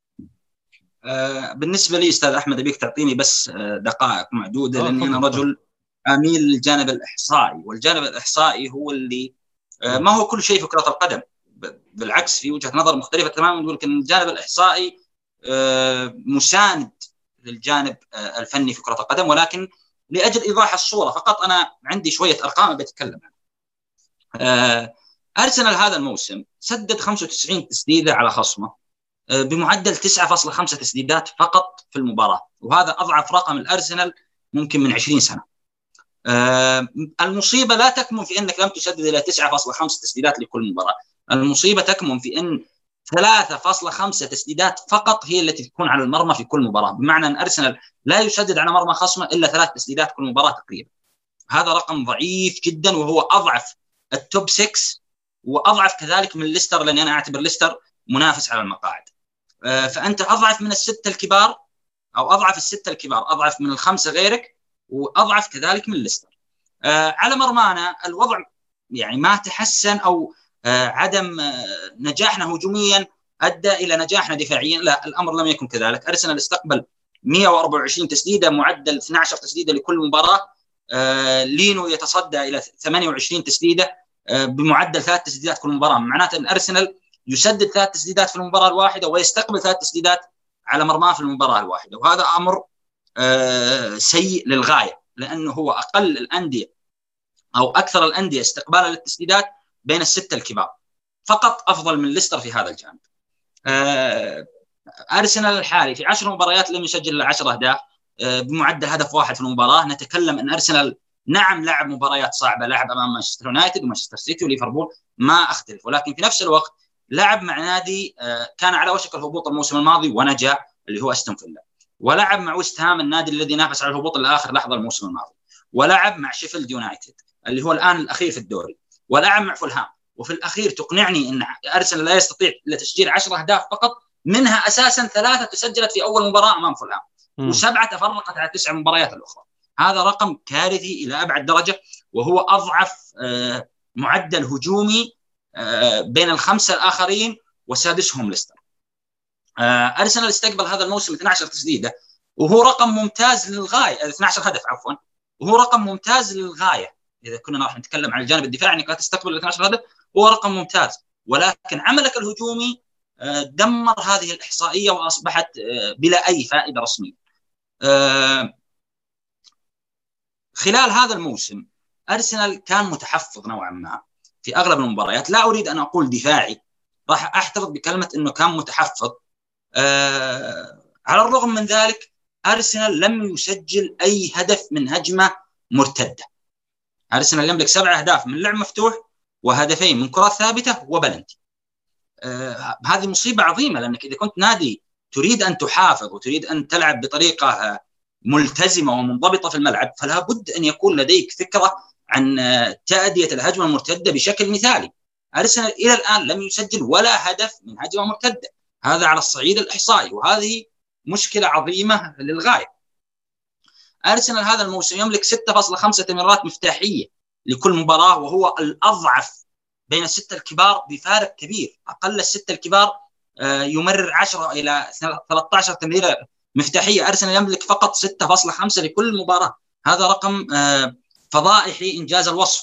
آه بالنسبه لي استاذ احمد ابيك تعطيني بس دقائق معدوده، لاني انا رجل اميل للجانب الاحصائي، والجانب الاحصائي هو اللي آه ما هو كل شيء في كره القدم، بالعكس في وجهه نظر مختلفه تماما تقول ان الجانب الاحصائي آه مساند للجانب آه الفني في كره القدم، ولكن لاجل ايضاح الصوره فقط انا عندي شويه ارقام بتكلم عنها. آه ارسنال هذا الموسم سدد خمسة وتسعين تسديده على خصمه آه بمعدل تسعة فاصلة خمسة تسديدات فقط في المباراه، وهذا اضعف رقم الارسنال ممكن من عشرين سنه. آه المصيبه لا تكمن في انك لم تسدد الى تسعة فاصلة خمسة تسديدات لكل مباراه، المصيبه تكمن في ان ثلاثة فاصلة خمسة تسديدات فقط هي التي تكون على المرمى في كل مباراه، بمعنى ان ارسنال لا يسدد على مرمى خصمه الا ثلاث تسديدات كل مباراه تقريبا. هذا رقم ضعيف جدا، وهو اضعف التوب ستة واضعف كذلك من ليستر، لاني انا اعتبر ليستر منافس على المقاعد. آه فانت اضعف من السته الكبار، او اضعف السته الكبار، اضعف من الخمسه غيرك، واضعف كذلك من ليستر. آه على مرمانا الوضع يعني ما تحسن، او آه عدم آه نجاحنا هجوميا ادى الى نجاحنا دفاعيا، لا الامر لم يكن كذلك. ارسنال استقبل مئة وأربعة وعشرين تسديده، معدل اثنتي عشرة تسديده لكل مباراه. آه لينو يتصدى الى ثمانية وعشرين تسديده آه بمعدل ثلاث تسديدات كل مباراه، معناته ان ارسنال يسدد ثلاث تسديدات في المباراة الواحدة ويستقبل ثلاث تسديدات على مرماه في المباراة الواحدة، وهذا أمر سيء للغاية، لأنه هو أقل الأندية أو أكثر الأندية استقبالا للتسديدات بين الستة الكبار، فقط أفضل من ليستر في هذا الجانب. أرسنال الحالي في عشر مباريات لم يسجل إلا عشر أهداف بمعدل هدف واحد في المباراة. نتكلم أن أرسنال نعم لعب مباريات صعبة، لعب أمام مانشستر يونايتد ومانشستر سيتي وليفربول، ما أختلف، ولكن في نفس الوقت لعب مع نادي كان على وشك الهبوط الموسم الماضي ونجا اللي هو أستون فيلا، ولعب مع ويست هام النادي الذي نافس على الهبوط لآخر لحظة الموسم الماضي، ولعب مع شيفيلد يونايتد اللي هو الآن الأخير في الدوري، ولعب مع فولهام. وفي الأخير تقنعني أن أرسنال لا يستطيع لتسجيل عشر أهداف فقط، منها أساسا ثلاثة تسجلت في أول مباراة أمام فولهام، وسبعة تفرقت على تسع مباريات الأخرى. هذا رقم كارثي إلى أبعد درجة، وهو أضعف معدل هجومي بين الخمسة الآخرين وسادسهم ليستر. أرسنال استقبل هذا الموسم اثنتي عشرة تسديدة، وهو رقم ممتاز للغاية، اثني عشر هدف عفوا، وهو رقم ممتاز للغاية. إذا كنا راح نتكلم عن الجانب الدفاعي أنك لا تستقبل اثني عشر هدف، هو رقم ممتاز، ولكن عملك الهجومي دمر هذه الإحصائية وأصبحت بلا أي فائدة رسمية. خلال هذا الموسم أرسنال كان متحفظ نوعا ما في أغلب المباريات، لا أريد أن أقول دفاعي، راح أحتفظ بكلمة أنه كان متحفظ. على الرغم من ذلك أرسنال لم يسجل أي هدف من هجمة مرتدة. أرسنال يملك سبع أهداف من لعب مفتوح وهدفين من كرات ثابتة وبلنتي. آه هذه مصيبة عظيمة، لأنك إذا كنت نادي تريد أن تحافظ وتريد أن تلعب بطريقة ملتزمة ومنضبطة في الملعب، فلا بد أن يكون لديك فكرة عن تأدية الهجمة المرتدة بشكل مثالي. أرسنال إلى الآن لم يسجل ولا هدف من هجمة مرتدة، هذا على الصعيد الإحصائي، وهذه مشكلة عظيمة للغاية. أرسنال هذا الموسم يملك ستة فاصلة خمسة تمريرات مفتاحية لكل مباراة، وهو الأضعف بين الستة الكبار بفارق كبير. أقل الستة الكبار يمرر عشرة إلى ثلاثة عشر تمريرة مفتاحية، أرسنال يملك فقط ستة فاصلة خمسة لكل مباراة. هذا رقم فضائحي إنجاز الوصف.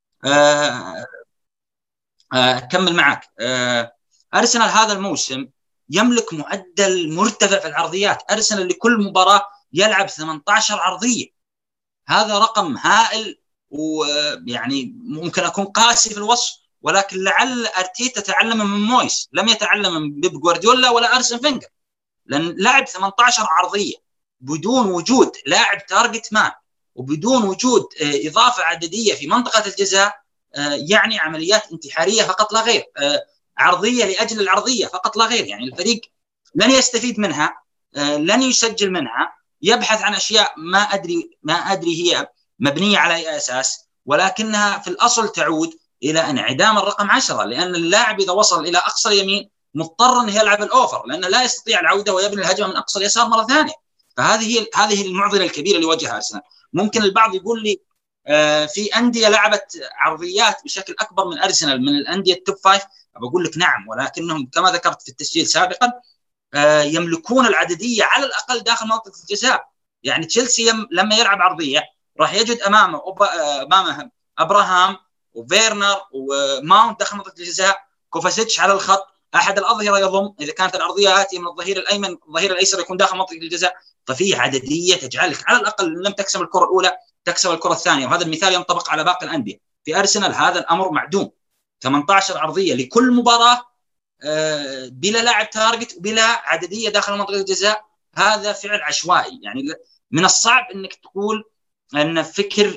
أكمل معك. أرسنال هذا الموسم يملك معدل مرتفع في العرضيات، أرسنال لكل مباراة يلعب ثمانية عشر عرضية، هذا رقم هائل، ويعني ممكن أكون قاسي في الوصف، ولكن لعل أرتيتا تعلم من مويس، لم يتعلم من بيب جوارديولا ولا أرسن فينجر، لأن لعب ثمانية عشر عرضية بدون وجود لاعب تارجت مان وبدون وجود إضافة عددية في منطقة الجزاء، يعني عمليات انتحارية فقط لا غير، عرضية لأجل العرضية فقط لا غير. يعني الفريق لن يستفيد منها، لن يسجل منها، يبحث عن أشياء ما أدري ما أدري هي مبنية على أي أساس، ولكنها في الأصل تعود إلى انعدام الرقم عشرة، لأن اللاعب إذا وصل إلى أقصى اليمين مضطر أنه يلعب الأوفر، لأنه لا يستطيع العودة ويبني الهجمة من أقصى اليسار مرة ثانية. فهذه هي هذه المعضلة الكبيرة اللي واجهها أرسنال. ممكن البعض يقول لي آه في أندية لعبت عرضيات بشكل أكبر من أرسنال من الأندية التوب فايف، بقول لك نعم، ولكنهم كما ذكرت في التسجيل سابقا آه يملكون العددية على الأقل داخل منطقة الجزاء. يعني تشيلسي يم لما يلعب عرضية راح يجد أمامه أمامه أبراهام وفيرنر وماونت داخل منطقة الجزاء، كوفاسيتش على الخط، أحد الأظهرة يضم إذا كانت العرضية آتية من الظهير الأيمن الظهير الأيسر يكون داخل منطقة الجزاء. ففي عددية تجعلك على الأقل لم تكسب الكرة الأولى تكسب الكرة الثانية، وهذا المثال ينطبق على باقي الأندية. في أرسنال هذا الأمر معدوم، ثمانية عشر عرضية لكل مباراة بلا لاعب تارجت وبلا عددية داخل منطقة الجزاء، هذا فعل عشوائي. يعني من الصعب أنك تقول أن فكر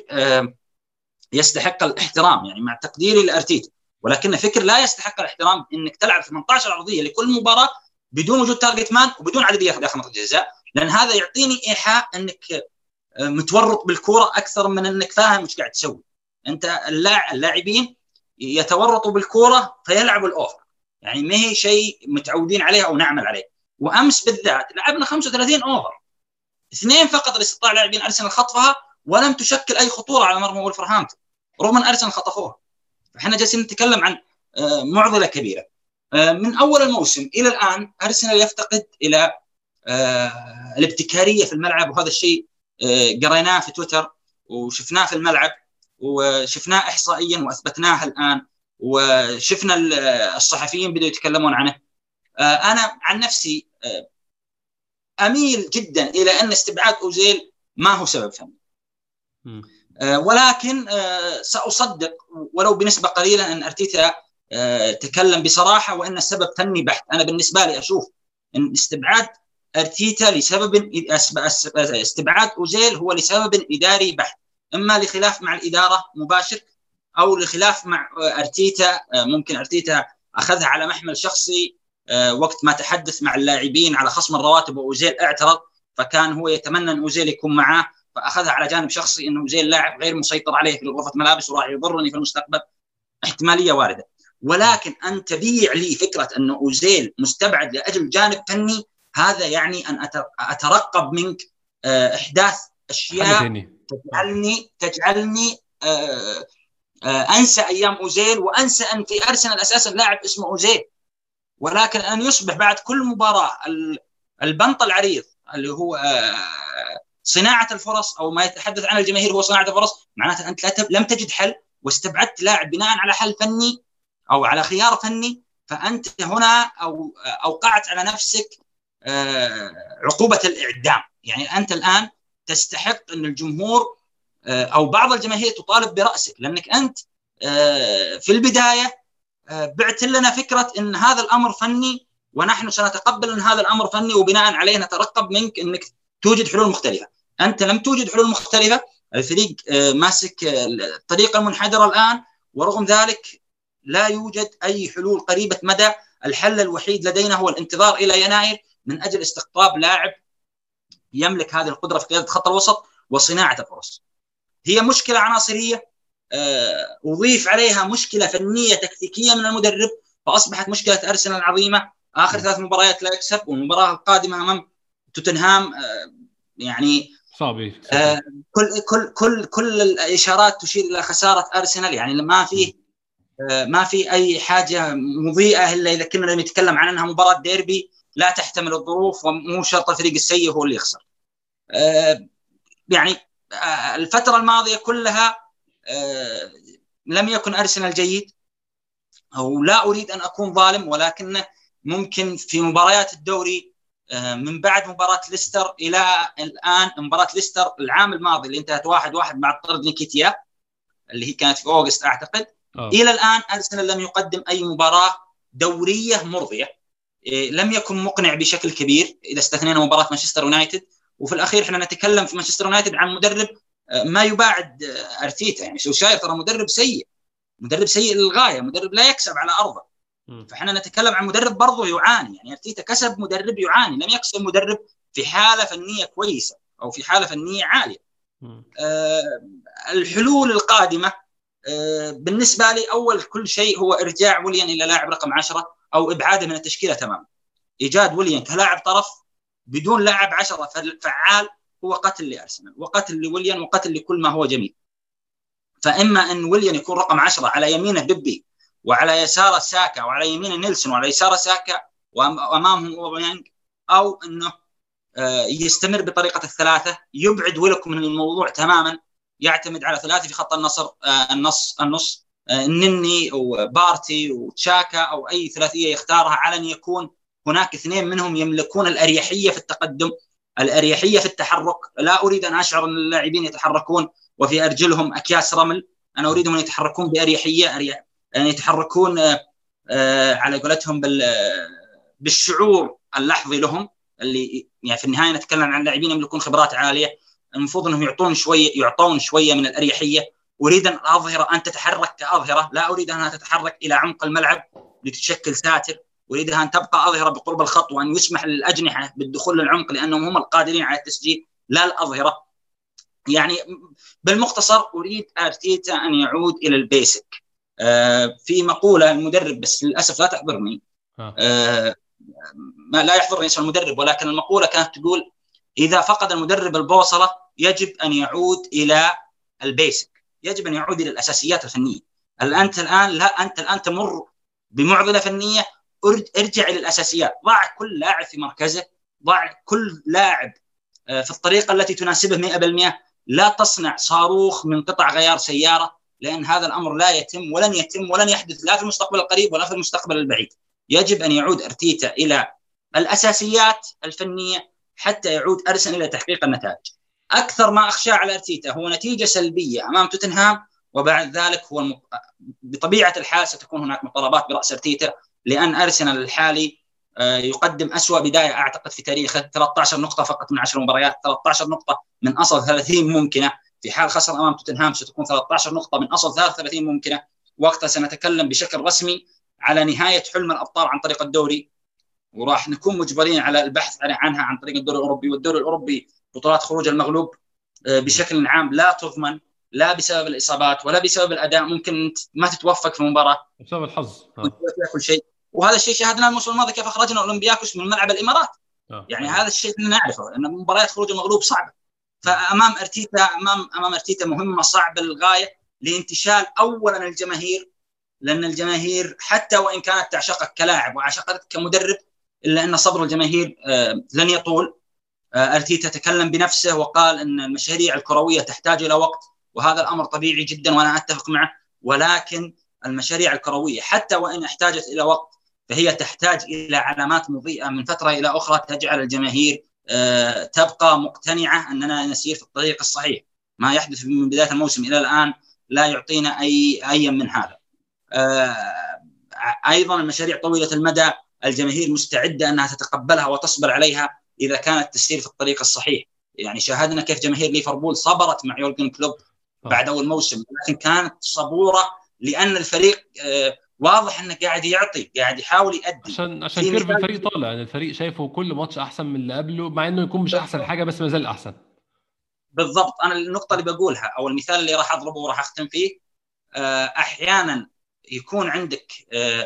يستحق الاحترام، يعني مع تقديري لأرتيتا، ولكن فكر لا يستحق الاحترام انك تلعب ثمانية عشر عرضيه لكل مباراه بدون وجود تارجت مان وبدون عدديه داخل منطقه الجزاء، لان هذا يعطيني ايحاء انك متورط بالكره اكثر من انك فاهم ايش قاعد تسوي. انت اللاعبين يتورطوا بالكره فيلعبوا الاوفر، يعني ما هي شيء متعودين عليه او نعمل عليه. وامس بالذات لعبنا خمسة وثلاثين اوفر، اثنين فقط اللي استطاع لاعبين ارسنال خطفها ولم تشكل اي خطوره على مرمى وولفرهامبتون رغم ان ارسنال خطفوها. فاحنا جالسين نتكلم عن معضله كبيره. من اول الموسم الى الان ارسنال يفتقد الى الابتكاريه في الملعب، وهذا الشيء قريناه في تويتر وشفناه في الملعب وشفناه احصائيا واثبتناه الان، وشفنا الصحفيين بدأوا يتكلمون عنه. أنا عن نفسي أميل جدا إلى أن استبعاد أوزيل ما هو سبب فني، ولكن سأصدق ولو بنسبة قليلة أن أرتيتا تكلم بصراحة وأن السبب فني بحت. أنا بالنسبة لي أشوف أن استبعاد أرتيتا لسبب استبعاد أوزيل هو لسبب إداري بحت، إما لخلاف مع الإدارة مباشر أو لخلاف مع أرتيتا. ممكن أرتيتا أخذها على محمل شخصي وقت ما تحدث مع اللاعبين على خصم الرواتب وأوزيل اعترض، فكان هو يتمنى أن أوزيل يكون معاه، فأخذها على جانب شخصي أنه أوزيل لاعب غير مسيطر عليه في غرفة ملابس وراح يضرني في المستقبل. احتمالية واردة، ولكن أن تبيع لي فكرة أن أوزيل مستبعد لأجل جانب فني، هذا يعني أن أترقب منك إحداث أشياء تجعلني تجعلني أنسى أيام أوزيل وأنسى أن في أرسنال أساسا لاعب اسمه أوزيل. ولكن أن يصبح بعد كل مباراة البنط العريض اللي هو صناعة الفرص أو ما يتحدث عنه الجماهير هو صناعة الفرص، معناته أنت لم تجد حل واستبعدت لاعب بناء على حل فني أو على خيار فني، فأنت هنا أو أوقعت على نفسك عقوبة الإعدام. يعني أنت الآن تستحق أن الجمهور أو بعض الجماهير تطالب برأسك، لأنك أنت في البداية بعت لنا فكرة أن هذا الأمر فني ونحن سنتقبل أن هذا الأمر فني، وبناء عليه نترقب منك أنك توجد حلول مختلفة. أنت لم توجد حلول مختلفة، الفريق ماسك الطريقة المنحدرة الآن، ورغم ذلك لا يوجد أي حلول قريبة مدى. الحل الوحيد لدينا هو الانتظار إلى يناير من أجل استقطاب لاعب يملك هذه القدرة في قيادة خط الوسط وصناعة الفرص. هي مشكلة عناصرية أضيف عليها مشكلة فنية تكتيكية من المدرب، فأصبحت مشكلة أرسنال عظيمة. آخر ثلاث مباريات لا يكسب، والمباراة القادمة أمام توتنهام يعني صعبة. آه كل كل كل كل الإشارات تشير إلى خسارة أرسنال. يعني ما فيه آه ما في أي حاجة مضيئة إلا إذا كنا نتكلم عن أنها مباراة ديربي لا تحتمل الظروف، ومو شرط الفريق السيء هو اللي يخسر. آه يعني آه الفترة الماضية كلها آه لم يكن أرسنال جيد، أو لا أريد أن أكون ظالم، ولكن ممكن في مباريات الدوري من بعد مباراة ليستر إلى الآن، مباراة ليستر العام الماضي اللي انتهت واحد واحد مع طرد نيكيتيا اللي هي كانت في أوغست أعتقد، أوه. إلى الآن أرسنال لم يقدم أي مباراة دورية مرضية، لم يكن مقنع بشكل كبير إذا استثنينا مباراة مانشستر يونايتد. وفي الأخير احنا نتكلم في مانشستر يونايتد عن مدرب ما يباعد أرتيتا. يعني سوشاير ترى مدرب سيء، مدرب سيء للغاية، مدرب لا يكسب على أرضه. فإحنا نتكلم عن مدرب برضه يعاني. يعني أرتيتا كسب مدرب يعاني، لم يكسب مدرب في حالة فنية كويسة أو في حالة فنية عالية. آه الحلول القادمة آه بالنسبة لي أول كل شيء هو إرجاع ويليان إلى لاعب رقم عشرة أو إبعاده من التشكيلة تماما. إيجاد ويليان كلاعب طرف بدون لاعب عشرة فعال هو قتل لأرسنال وقتل لويليان وقتل لكل ما هو جميل. فإما أن ويليان يكون رقم عشرة على يمينه بيبي وعلى يسار ساكا وعلى يمين نيلسون وعلى يسار ساكا وأمامهم أوباميانغ، أو أنه يستمر بطريقة الثلاثة، يبعد ويلك من الموضوع تماما، يعتمد على ثلاثة في خط النصر النص النص النني وبارتي وتشاكا أو أي ثلاثية يختارها، على أن يكون هناك اثنين منهم يملكون الأريحية في التقدم، الأريحية في التحرك. لا أريد أن أشعر أن اللاعبين يتحركون وفي أرجلهم أكياس رمل، أنا أريدهم أن يتحركون بأريحية، أريح يعني يتحركون آه على قولتهم بالشعور اللحظي لهم، اللي يعني في النهاية نتكلم عن لاعبين يملكون خبرات عالية، المفروض أنهم يعطون شوية يعطون شوية من الأريحية. أريد أن أظهر أن تتحرك كأظهرة، لا أريد أنها تتحرك إلى عمق الملعب لتشكل ساتر، أريدها أن تبقى أظهرة بقرب الخط، وأن يسمح للأجنحة بالدخول للعمق لأنهم هم القادرين على التسجيل لا الأظهرة. يعني بالمختصر أريد أرتيتا أن يعود إلى البيسك. آه في مقولة المدرب بس للأسف لا تحضرني، آه ما لا يحضرني اسم المدرب، ولكن المقولة كانت تقول إذا فقد المدرب البوصلة يجب أن يعود إلى البيسك، يجب أن يعود إلى الأساسيات الفنية. أنت الآن لا أنت الآن تمر بمعضلة فنية، ارجع إلى الأساسيات، ضع كل لاعب في مركزه، ضع كل لاعب في الطريقة التي تناسبه مئة بالمئة، لا تصنع صاروخ من قطع غيار سيارة، لأن هذا الأمر لا يتم ولن يتم ولن يحدث لا في المستقبل القريب ولا في المستقبل البعيد. يجب أن يعود أرتيتا إلى الأساسيات الفنية حتى يعود أرسنال إلى تحقيق النتائج. أكثر ما أخشى على أرتيتا هو نتيجة سلبية أمام توتنهام، وبعد ذلك هو الم... بطبيعة الحال ستكون هناك مطالبات برأس أرتيتا، لأن أرسنال الحالي يقدم أسوأ بداية أعتقد في تاريخه، ثلاثة عشر نقطة فقط من عشر مباريات، ثلاثة عشر نقطة من أصل ثلاثين ممكنة. في حال خسر أمام توتنهام ستكون ثلاثة عشر نقطة من أصل ثلاثة وثلاثين ممكنة. وقتها سنتكلم بشكل رسمي على نهاية حلم الأبطال عن طريق الدوري، وراح نكون مجبرين على البحث عنها عن طريق الدوري الأوروبي. والدوري الأوروبي بطولات خروج المغلوب بشكل عام لا تضمن، لا بسبب الإصابات ولا بسبب الأداء، ممكن ما تتوفق في مباراة بسبب الحظ كل شيء. وهذا الشيء شاهدناه الموسم الماضي كيف أخرجنا أولمبياكوس من ملعب الإمارات. آه. يعني هذا الشيء اللي نعرفه، أن مباريات خروج المغلوب صعبة. فأمام أرتيتا أمام أمام أرتيتا مهمة صعبة للغاية لانتشال أولا الجماهير، لأن الجماهير حتى وإن كانت تعشقك كلاعب وعشقتك كمدرب إلا أن صبر الجماهير لن يطول. أرتيتا تكلم بنفسه وقال أن المشاريع الكروية تحتاج إلى وقت، وهذا الأمر طبيعي جدا وأنا أتفق معه، ولكن المشاريع الكروية حتى وإن احتاجت إلى وقت فهي تحتاج إلى علامات مضيئة من فترة إلى أخرى تجعل الجماهير تبقى مقتنعة أننا نسير في الطريق الصحيح. ما يحدث من بداية الموسم إلى الآن لا يعطينا أي أي من هذا. أيضا المشاريع طويلة المدى الجماهير مستعدة أنها تتقبلها وتصبر عليها إذا كانت تسير في الطريق الصحيح. يعني شاهدنا كيف جماهير ليفربول صبرت مع يورجن كلوب بعد أول موسم، لكن كانت صبورة لأن الفريق واضح أنه قاعد يعطي، قاعد يحاول يؤدي. عشان عشان كيرف الفريق طالع، يعني الفريق شايفه كل ماتش أحسن من اللي قبله، مع إنه يكون مش أحسن حاجة بس ما زال أحسن. بالضبط. أنا النقطة اللي بقولها أو المثال اللي راح أضربه وراح أختم فيه، أحيانا يكون عندك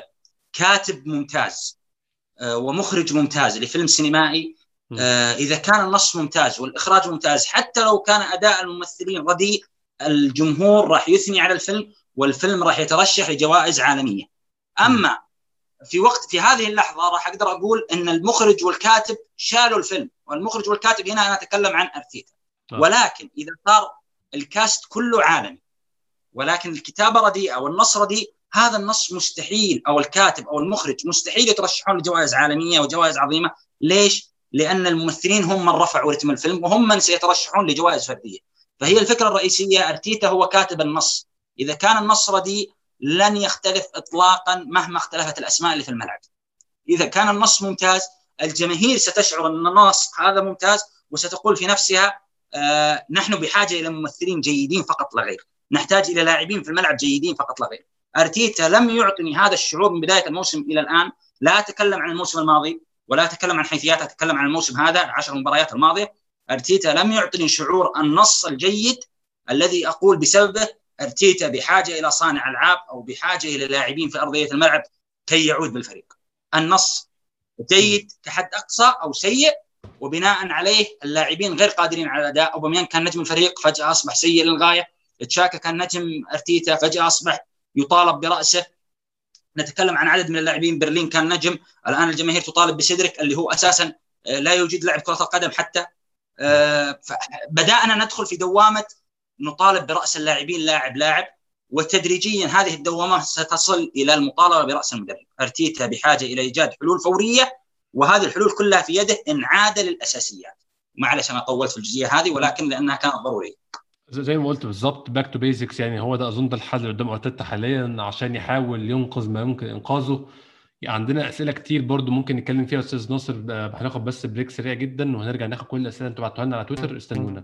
كاتب ممتاز ومخرج ممتاز لفيلم سينمائي، إذا كان النص ممتاز والإخراج ممتاز حتى لو كان أداء الممثلين رديء، الجمهور راح يثني على الفيلم والفيلم راح يترشح لجوائز عالمية. أما في وقت في هذه اللحظة راح أقدر أقول أن المخرج والكاتب شالوا الفيلم، والمخرج والكاتب هنا أنا أتكلم عن أرتيتا. ولكن إذا صار الكاست كله عالمي ولكن الكتابة رديئة والنص رديء، هذا النص مستحيل أو الكاتب أو المخرج مستحيل يترشحون لجوائز عالمية وجوائز عظيمة. ليش؟ لأن الممثلين هم من رفعوا رتم الفيلم وهم من سيترشحون لجوائز فردية. فهي الفكرة الرئيسية، أرتيتا هو كاتب النص، إذا كان النص رديء لن يختلف إطلاقا مهما اختلفت الأسماء اللي في الملعب. إذا كان النص ممتاز الجماهير ستشعر أن النص هذا ممتاز وستقول في نفسها آه نحن بحاجة إلى ممثلين جيدين فقط لا غير، نحتاج إلى لاعبين في الملعب جيدين فقط لا غير. أرتيتا لم يعطني هذا الشعور من بداية الموسم إلى الآن. لا أتكلم عن الموسم الماضي ولا أتكلم عن حيثيات، أتكلم عن الموسم هذا عشر مباريات الماضية. أرتيتا لم يعطني شعور النص الجيد الذي أقول بسببه أرتيتا بحاجة إلى صانع ألعاب أو بحاجة إلى لاعبين في أرضية الملعب كي يعود بالفريق. النص جيد كحد أقصى أو سيء، وبناء عليه اللاعبين غير قادرين على الأداء. أوباميان كان نجم الفريق فجأة أصبح سيء للغاية. تشاكا كان نجم أرتيتا فجأة أصبح يطالب برأسه. نتكلم عن عدد من اللاعبين، برلين كان نجم الآن الجماهير تطالب بسيدريك اللي هو أساسا لا يوجد لاعب كرة القدم حتى. بدأنا ندخل في دوامة نطالب برأس اللاعبين لاعب لاعب، وتدريجيا هذه الدوامة ستصل إلى المطالبة برأس المدرب. أرتيتا بحاجة إلى إيجاد حلول فورية، وهذه الحلول كلها في يده إن عاد للأساسيات. معلش أنا طولت في الجزئية هذه ولكن لأنها كانت ضرورية. زي ما قلت بالظبط باك تو بيزكس، يعني هو ده أظن ده الحل اللي قدام أرتيتا حاليا عشان يحاول ينقذ ما يمكن إنقاذه. عندنا أسئلة كتير برضو ممكن نتكلم فيها أستاذ ناصر، هناخد بس بريك سريع جدا وهنرجع ناخد كل الأسئلة أنتوا بعتوها لنا على تويتر. استنونا.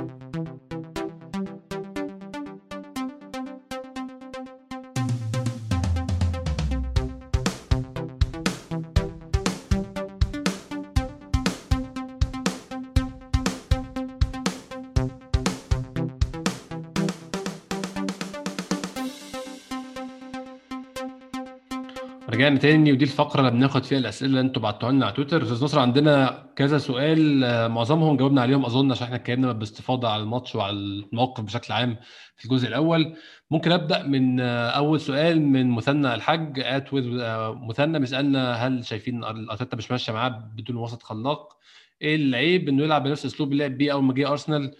رجعنا تاني ودي الفقرة اللي بناخد فيها الأسئلة اللي انتوا بعتوها لنا على تويتر. أستاذ نصر عندنا كذا سؤال معظمهم جاوبنا عليهم أظن عشان احنا اتكلمنا باستفاضة على الماتش وعلى الموقف بشكل عام في الجزء الأول. ممكن أبدأ من أول سؤال من مثنى الحاج آت ويز مثنى بيسألنا هل شايفين أرتيتا مش ماشية معاه بدون وسط خلاق؟ إيه العيب إنه يلعب بنفس أسلوب اللعب بيه أول ما جه أرسنال؟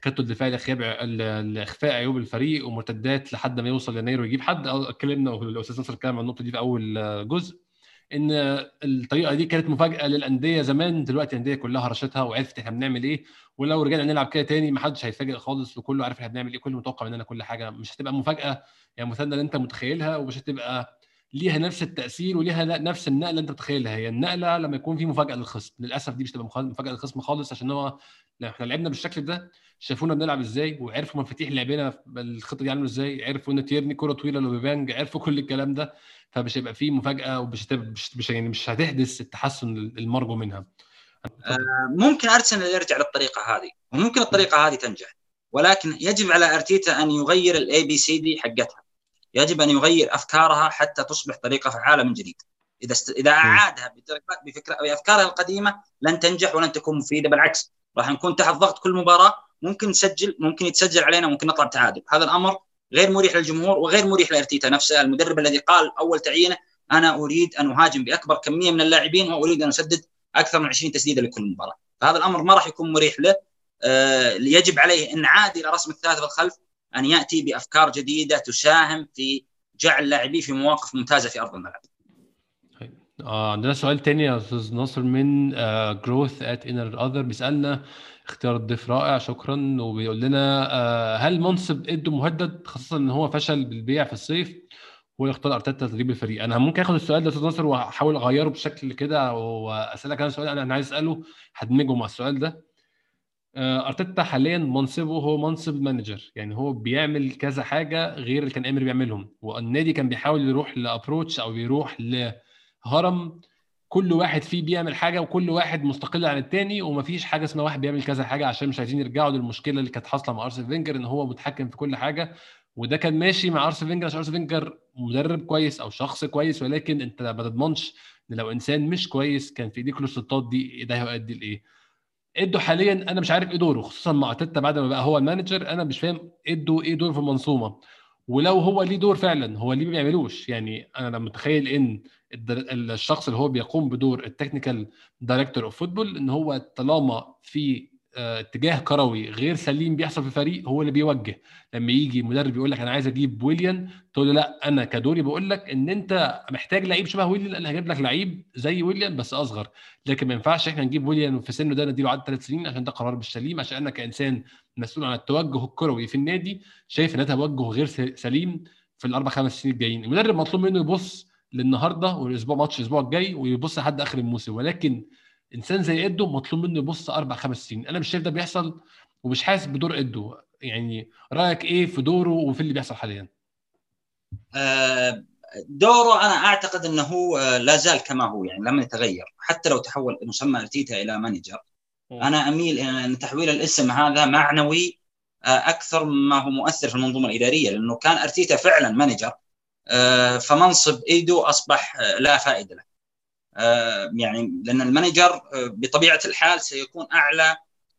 التكتل الدفاعي لاخفاء لاخفاء عيوب الفريق ومرتدات لحد ما يوصل يناير ويجيب حد. اتكلمنا والاستاذ نصر اتكلم عن النقطه دي في اول جزء، ان الطريقه دي كانت مفاجاه للانديه زمان، دلوقتي الانديه كلها رشتها وعرفت احنا بنعمل ايه، ولو رجعنا نلعب كده تاني ما حدش هيتفاجئ خالص، وكله عارف احنا بنعمل ايه، كله متوقع مننا كل حاجه، مش هتبقى مفاجاه يعني مثلا اللي انت متخيلها، ومش هتبقى ليها نفس التاثير وليها نفس النقله اللي انت متخيلها. هي النقله لما يكون في مفاجاه للخصم، للاسف دي مش هتبقى مفاجاه للخصم خالص، عشان هو لو احنا لعبنا بالشكل ده شافونا بنلعب ازاي، وعرفوا مفاتيح لعبنا الخطه دي عامله ازاي، عرفوا ان تيرني كره طويله لوبيبانج، عرفوا كل الكلام ده، فمش هيبقى فيه مفاجاه، ومش هتبقى مش, مش يعني مش هتحدث التحسن المرجو منها. اتفضل. ممكن ارسنال يرجع للطريقه هذه، وممكن الطريقه هذه تنجح، ولكن يجب على ارتيتا ان يغير الاي بي سي دي حقتها، يجب ان يغير افكارها حتى تصبح طريقه فعاله من جديد. اذا است... اذا اعادها بفكره بافكارها القديمه لن تنجح ولن تكون مفيده، بالعكس راح نكون تحت ضغط كل مباراه، ممكن نسجل، ممكن يتسجل علينا، ممكن نطلع بتعادل. هذا الامر غير مريح للجمهور وغير مريح لارتيتا نفسه، المدرب الذي قال اول تعيينه انا اريد ان اهاجم باكبر كميه من اللاعبين واريد ان اسدد اكثر من عشرين تسديده لكل مباراه. فهذا الامر ما راح يكون مريح له. آه يجب عليه ان عاد الى رسم الثلاثه بالخلف، ان ياتي بافكار جديده تساهم في جعل لاعبيه في مواقف ممتازه في ارض الملعب. آه عندنا سؤال تاني يا استاذ ناصر من جروث ات انر اذر، بيسالنا اختيار الضيف رائع شكرا، وبيقول لنا آه هل منصب ادو مهدد، خاصه ان هو فشل بالبيع في الصيف ويختار ارتيتا تدريب الفريق؟ انا ممكن اخد السؤال ده يا استاذ ناصر واحاول اغيره بشكل كده واسالك انا سؤال انا عايز اساله هدمجه مع السؤال ده. ارتيتا حاليا منصبه هو منصب مانجر، يعني هو بيعمل كذا حاجه غير اللي كان امري بيعملهم، والنادي كان بيحاول يروح لابروتش او يروح لهرم كل واحد فيه بيعمل حاجه وكل واحد مستقل عن التاني، ومفيش حاجه اسمها واحد بيعمل كذا حاجه، عشان مش عايزين يرجعوا للمشكله اللي كانت حاصله مع ارسنال فينجر ان هو متحكم في كل حاجه. وده كان ماشي مع ارسنال فينجر عشان ارسنال فينجر مدرب كويس او شخص كويس، ولكن انت ما تضمنش ان لو انسان مش كويس كان في ايديك السلطات دي ده هيؤدي لايه. ادو حاليا انا مش عارف ايه دوره، خصوصا مع ارتيتا بعد ما بقى هو المانجر، انا مش فاهم ادو ايه دوره في المنظومه، ولو هو ليه دور فعلا هو ليه ما بيعملوش. يعني انا متخيل ان الشخص اللي هو بيقوم بدور التكنيكال دايركتور اوف فوتبول ان هو طالما في اتجاه كروي غير سليم بيحصل في الفريق هو اللي بيوجه. لما يجي مدرب يقول لك انا عايز اجيب ويليان، تقول له لا انا كدوري بقول لك ان انت محتاج لعيب شبه ويليان، انا هجيب لك لعيب زي ويليان بس اصغر، لكن ما ينفعش احنا نجيب ويليان في سنه ده نديله عقد ثلاث سنين عشان ده قرار مش سليم، عشان انا كانسان مسؤول عن التوجه الكروي في النادي شايف ان ده توجه غير سليم في الاربع خمس سنين الجايين. المدرب مطلوب منه يبص للنهارده والاسبوع ماتش الاسبوع الجاي ويبص لحد اخر الموسم، ولكن انسان زي ادو مطلوب منه يبص اربع خمس سنين. انا مش شايف ده بيحصل ومش حاسس بدور ادو. يعني رايك ايه في دوره وفي اللي بيحصل حاليا؟ دوره انا اعتقد انه هو لا زال كما هو، يعني لم يتغير حتى لو تحول مسمى ارتيتا الى مانجر. انا اميل ان تحويل الاسم هذا معنوي اكثر ما هو مؤثر في المنظومه الاداريه، لانه كان ارتيتا فعلا مانجر، فمنصب ايدو اصبح لا فائده له. يعني لان المانجر بطبيعه الحال سيكون اعلى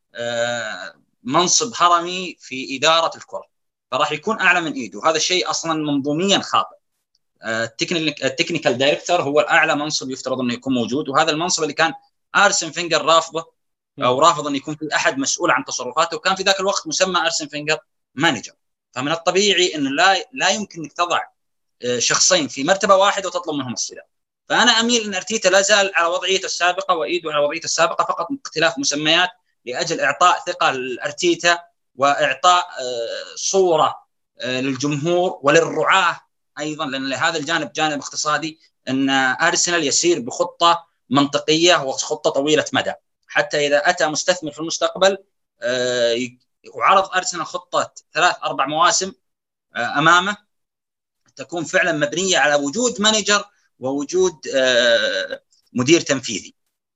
منصب هرمي في اداره الكره، فراح يكون اعلى من ايدو. هذا الشيء اصلا منظوميا خاطئ. التكنيكال دايركتور هو الاعلى منصب يفترض انه يكون موجود، وهذا المنصب اللي كان ارسن فينجر رافضه او رافض ان يكون في احد مسؤول عن تصرفاته، وكان في ذاك الوقت مسمى ارسن فينجر مانجر. فمن الطبيعي انه لا لا يمكن انك تضع شخصين في مرتبه واحده وتطلب منهم الصله. فانا اميل ان ارتيتا لا زال على وضعيته السابقه وايدو على وضعيته السابقه، فقط اختلاف مسميات لاجل اعطاء ثقه لارتيتا واعطاء صوره للجمهور وللرعاه ايضا، لان هذا الجانب جانب اقتصادي، ان ارسنال يسير بخطه منطقيه وخطه طويله مدى، حتى اذا اتى مستثمر في المستقبل وعرض ارسنال خطه ثلاث اربع مواسم امامه تكون فعلا مبنيه على وجود مانجر ووجود مدير تنفيذي.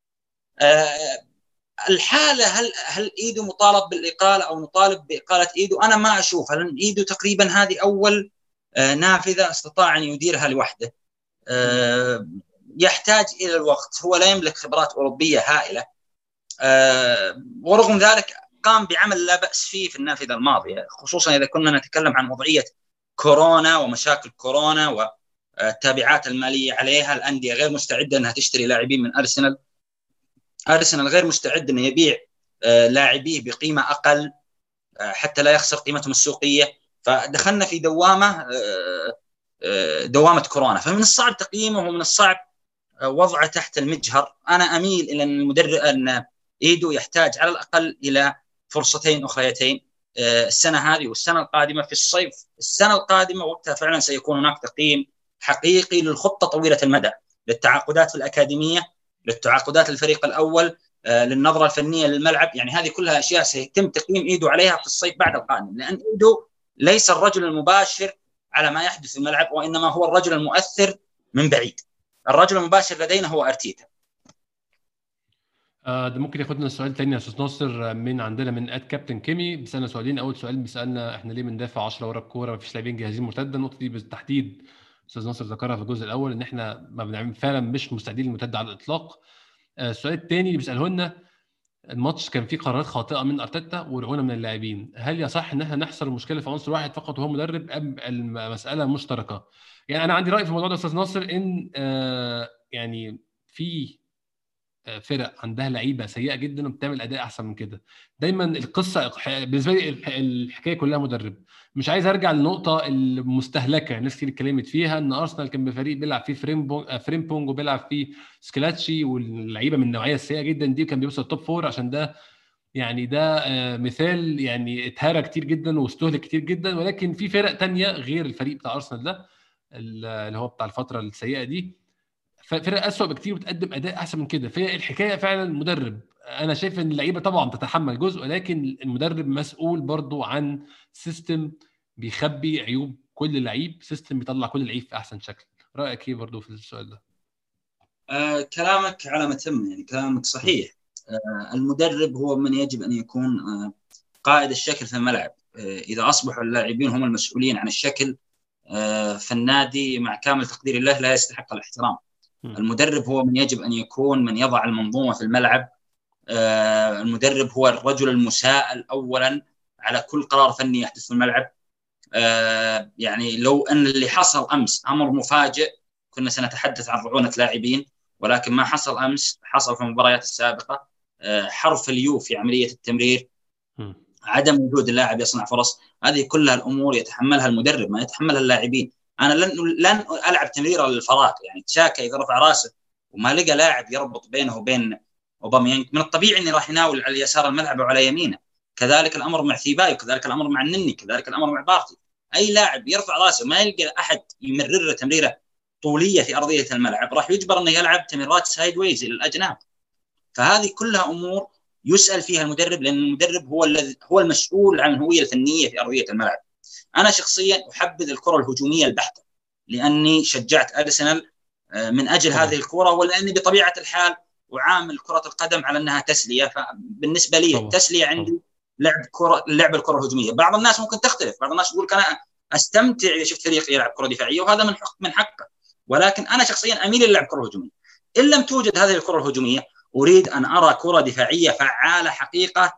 الحاله هل هل ايدو مطالب بالاقاله او مطالب باقاله ايدو؟ انا ما اشوف، لان ايدو تقريبا هذه اول نافذه استطاع ان يديرها لوحده. يحتاج الى الوقت، هو لا يملك خبرات اوروبيه هائله، ورغم ذلك قام بعمل لا باس فيه في النافذه الماضيه، خصوصا اذا كنا نتكلم عن وضعيه كورونا ومشاكل كورونا والتابعات الماليه عليها. الانديه غير مستعده انها تشتري لاعبين من ارسنال، ارسنال غير مستعد انه يبيع لاعبيه بقيمه اقل حتى لا يخسر قيمتهم السوقيه. فدخلنا في دوامه دوامه كورونا، فمن الصعب تقييمه ومن الصعب وضعه تحت المجهر. انا اميل الى ان المدرب ان ايدو يحتاج على الاقل الى فرصتين اخريتين السنه هذه والسنه القادمه في الصيف. السنه القادمه وقتها فعلا سيكون هناك تقييم حقيقي للخطه طويله المدى، للتعاقدات في الاكاديميه، للتعاقدات الفريق الاول، للنظره الفنيه للملعب. يعني هذه كلها اشياء سيتم تقييم ايدو عليها في الصيف بعد القادم، لان ايدو ليس الرجل المباشر على ما يحدث في الملعب، وانما هو الرجل المؤثر من بعيد. الرجل المباشر لدينا هو ارتيتا. آه ده ممكن ياخدنا السؤال تاني يا استاذ ناصر من عندنا من اد كابتن كيمي. بيسالنا سؤالين. اول سؤال بيسالنا احنا ليه بندافع عشرة ورا الكوره، مفيش لاعبين جاهزين مرتده. النقطه دي بالتحديد استاذ ناصر ذكرها في الجزء الاول، ان احنا ما بنعمل فعلا مش مستعدين للمرتده على الاطلاق. آه السؤال الثاني اللي بيساله لنا، الماتش كان فيه قرارات خاطئه من ارتيتا ورعونه من اللاعبين، هل يصح ان احنا نحصر المشكله في عنصر واحد فقط وهو مدرب، ام المساله مشتركه؟ يعني انا عندي راي في الموضوع ده استاذ ناصر، ان آه يعني في فرق عندها لعيبه سيئه جدا وبتعمل اداء احسن من كده. دايما القصه بالنسبه لي الحكايه كلها مدرب. مش عايز ارجع للنقطه المستهلكه الناس كتير اتكلمت فيها، ان ارسنال كان بفريق بيلعب فيه فريمبونج فريمبونج وبيلعب فيه سكلاتشي واللعيبه من النوعيه السيئه جدا دي كان بيوصل التوب فور. عشان ده يعني ده مثال يعني اتهرى كتير جدا واستهلك كتير جدا. ولكن في فرق تانية غير الفريق بتاع ارسنال ده اللي هو بتاع الفتره السيئه دي، فرق أسوأ بكتير وتقدم اداء احسن من كده. فهي الحكايه فعلا مدرب. انا شايف ان اللعيبه طبعا تتحمل جزء، ولكن المدرب مسؤول برضو عن سيستم بيخبي عيوب كل لعيب، سيستم بيطلع كل لعيب في احسن شكل. رايك ايه برضو في السؤال ده؟ آه كلامك على متم، يعني كلامك صحيح. آه المدرب هو من يجب ان يكون آه قائد الشكل في الملعب. آه اذا اصبحوا اللاعبين هم المسؤولين عن الشكل آه في النادي، مع كامل تقدير الله لا يستحق الاحترام. المدرب هو من يجب أن يكون من يضع المنظومة في الملعب. آه المدرب هو الرجل المساءل أولا على كل قرار فني يحدث في الملعب. آه يعني لو أن اللي حصل أمس أمر مفاجئ كنا سنتحدث عن رعونة لاعبين، ولكن ما حصل أمس حصل في المباريات السابقة. آه حرف اليو في عملية التمرير، عدم وجود اللاعب يصنع فرص، هذه كلها الأمور يتحملها المدرب ما يتحملها اللاعبين. أنا لن لن ألعب تمريرة للفراغ. يعني تشاكا إذا رفع راسه وما لقى لاعب يربط بينه وبين أوباميانج، من الطبيعي إني راح يناول على يسار الملعب وعلى يمينه. كذلك الأمر مع ثيباي، وكذلك الأمر مع النني، كذلك الأمر مع بارتي. أي لاعب يرفع راسه ما يلقى أحد يمرر تمريرة طولية في أرضية الملعب راح يجبر إنه يلعب تمريرات سايد ويز إلى الأجناب. فهذه كلها أمور يسأل فيها المدرب، لأن المدرب هو الذي هو المسؤول عن الهوية الفنية في أرضية الملعب. أنا شخصيا أحبذ الكرة الهجومية البحتة، لأني شجعت أرسنال من أجل طبعا. هذه الكرة، ولأني بطبيعة الحال أعامل كرة القدم على أنها تسلية. فبالنسبة لي طبعا. التسلية عندي طبعا. لعب كرة لعب الكرة الهجومية. بعض الناس ممكن تختلف، بعض الناس يقول أنا أستمتع إذا شفت فريق يلعب كرة دفاعية، وهذا من حق من حقه، ولكن أنا شخصيا أميل للعب كرة هجومية. إن لم توجد هذه الكرة الهجومية أريد أن أرى كرة دفاعية فعالة حقيقة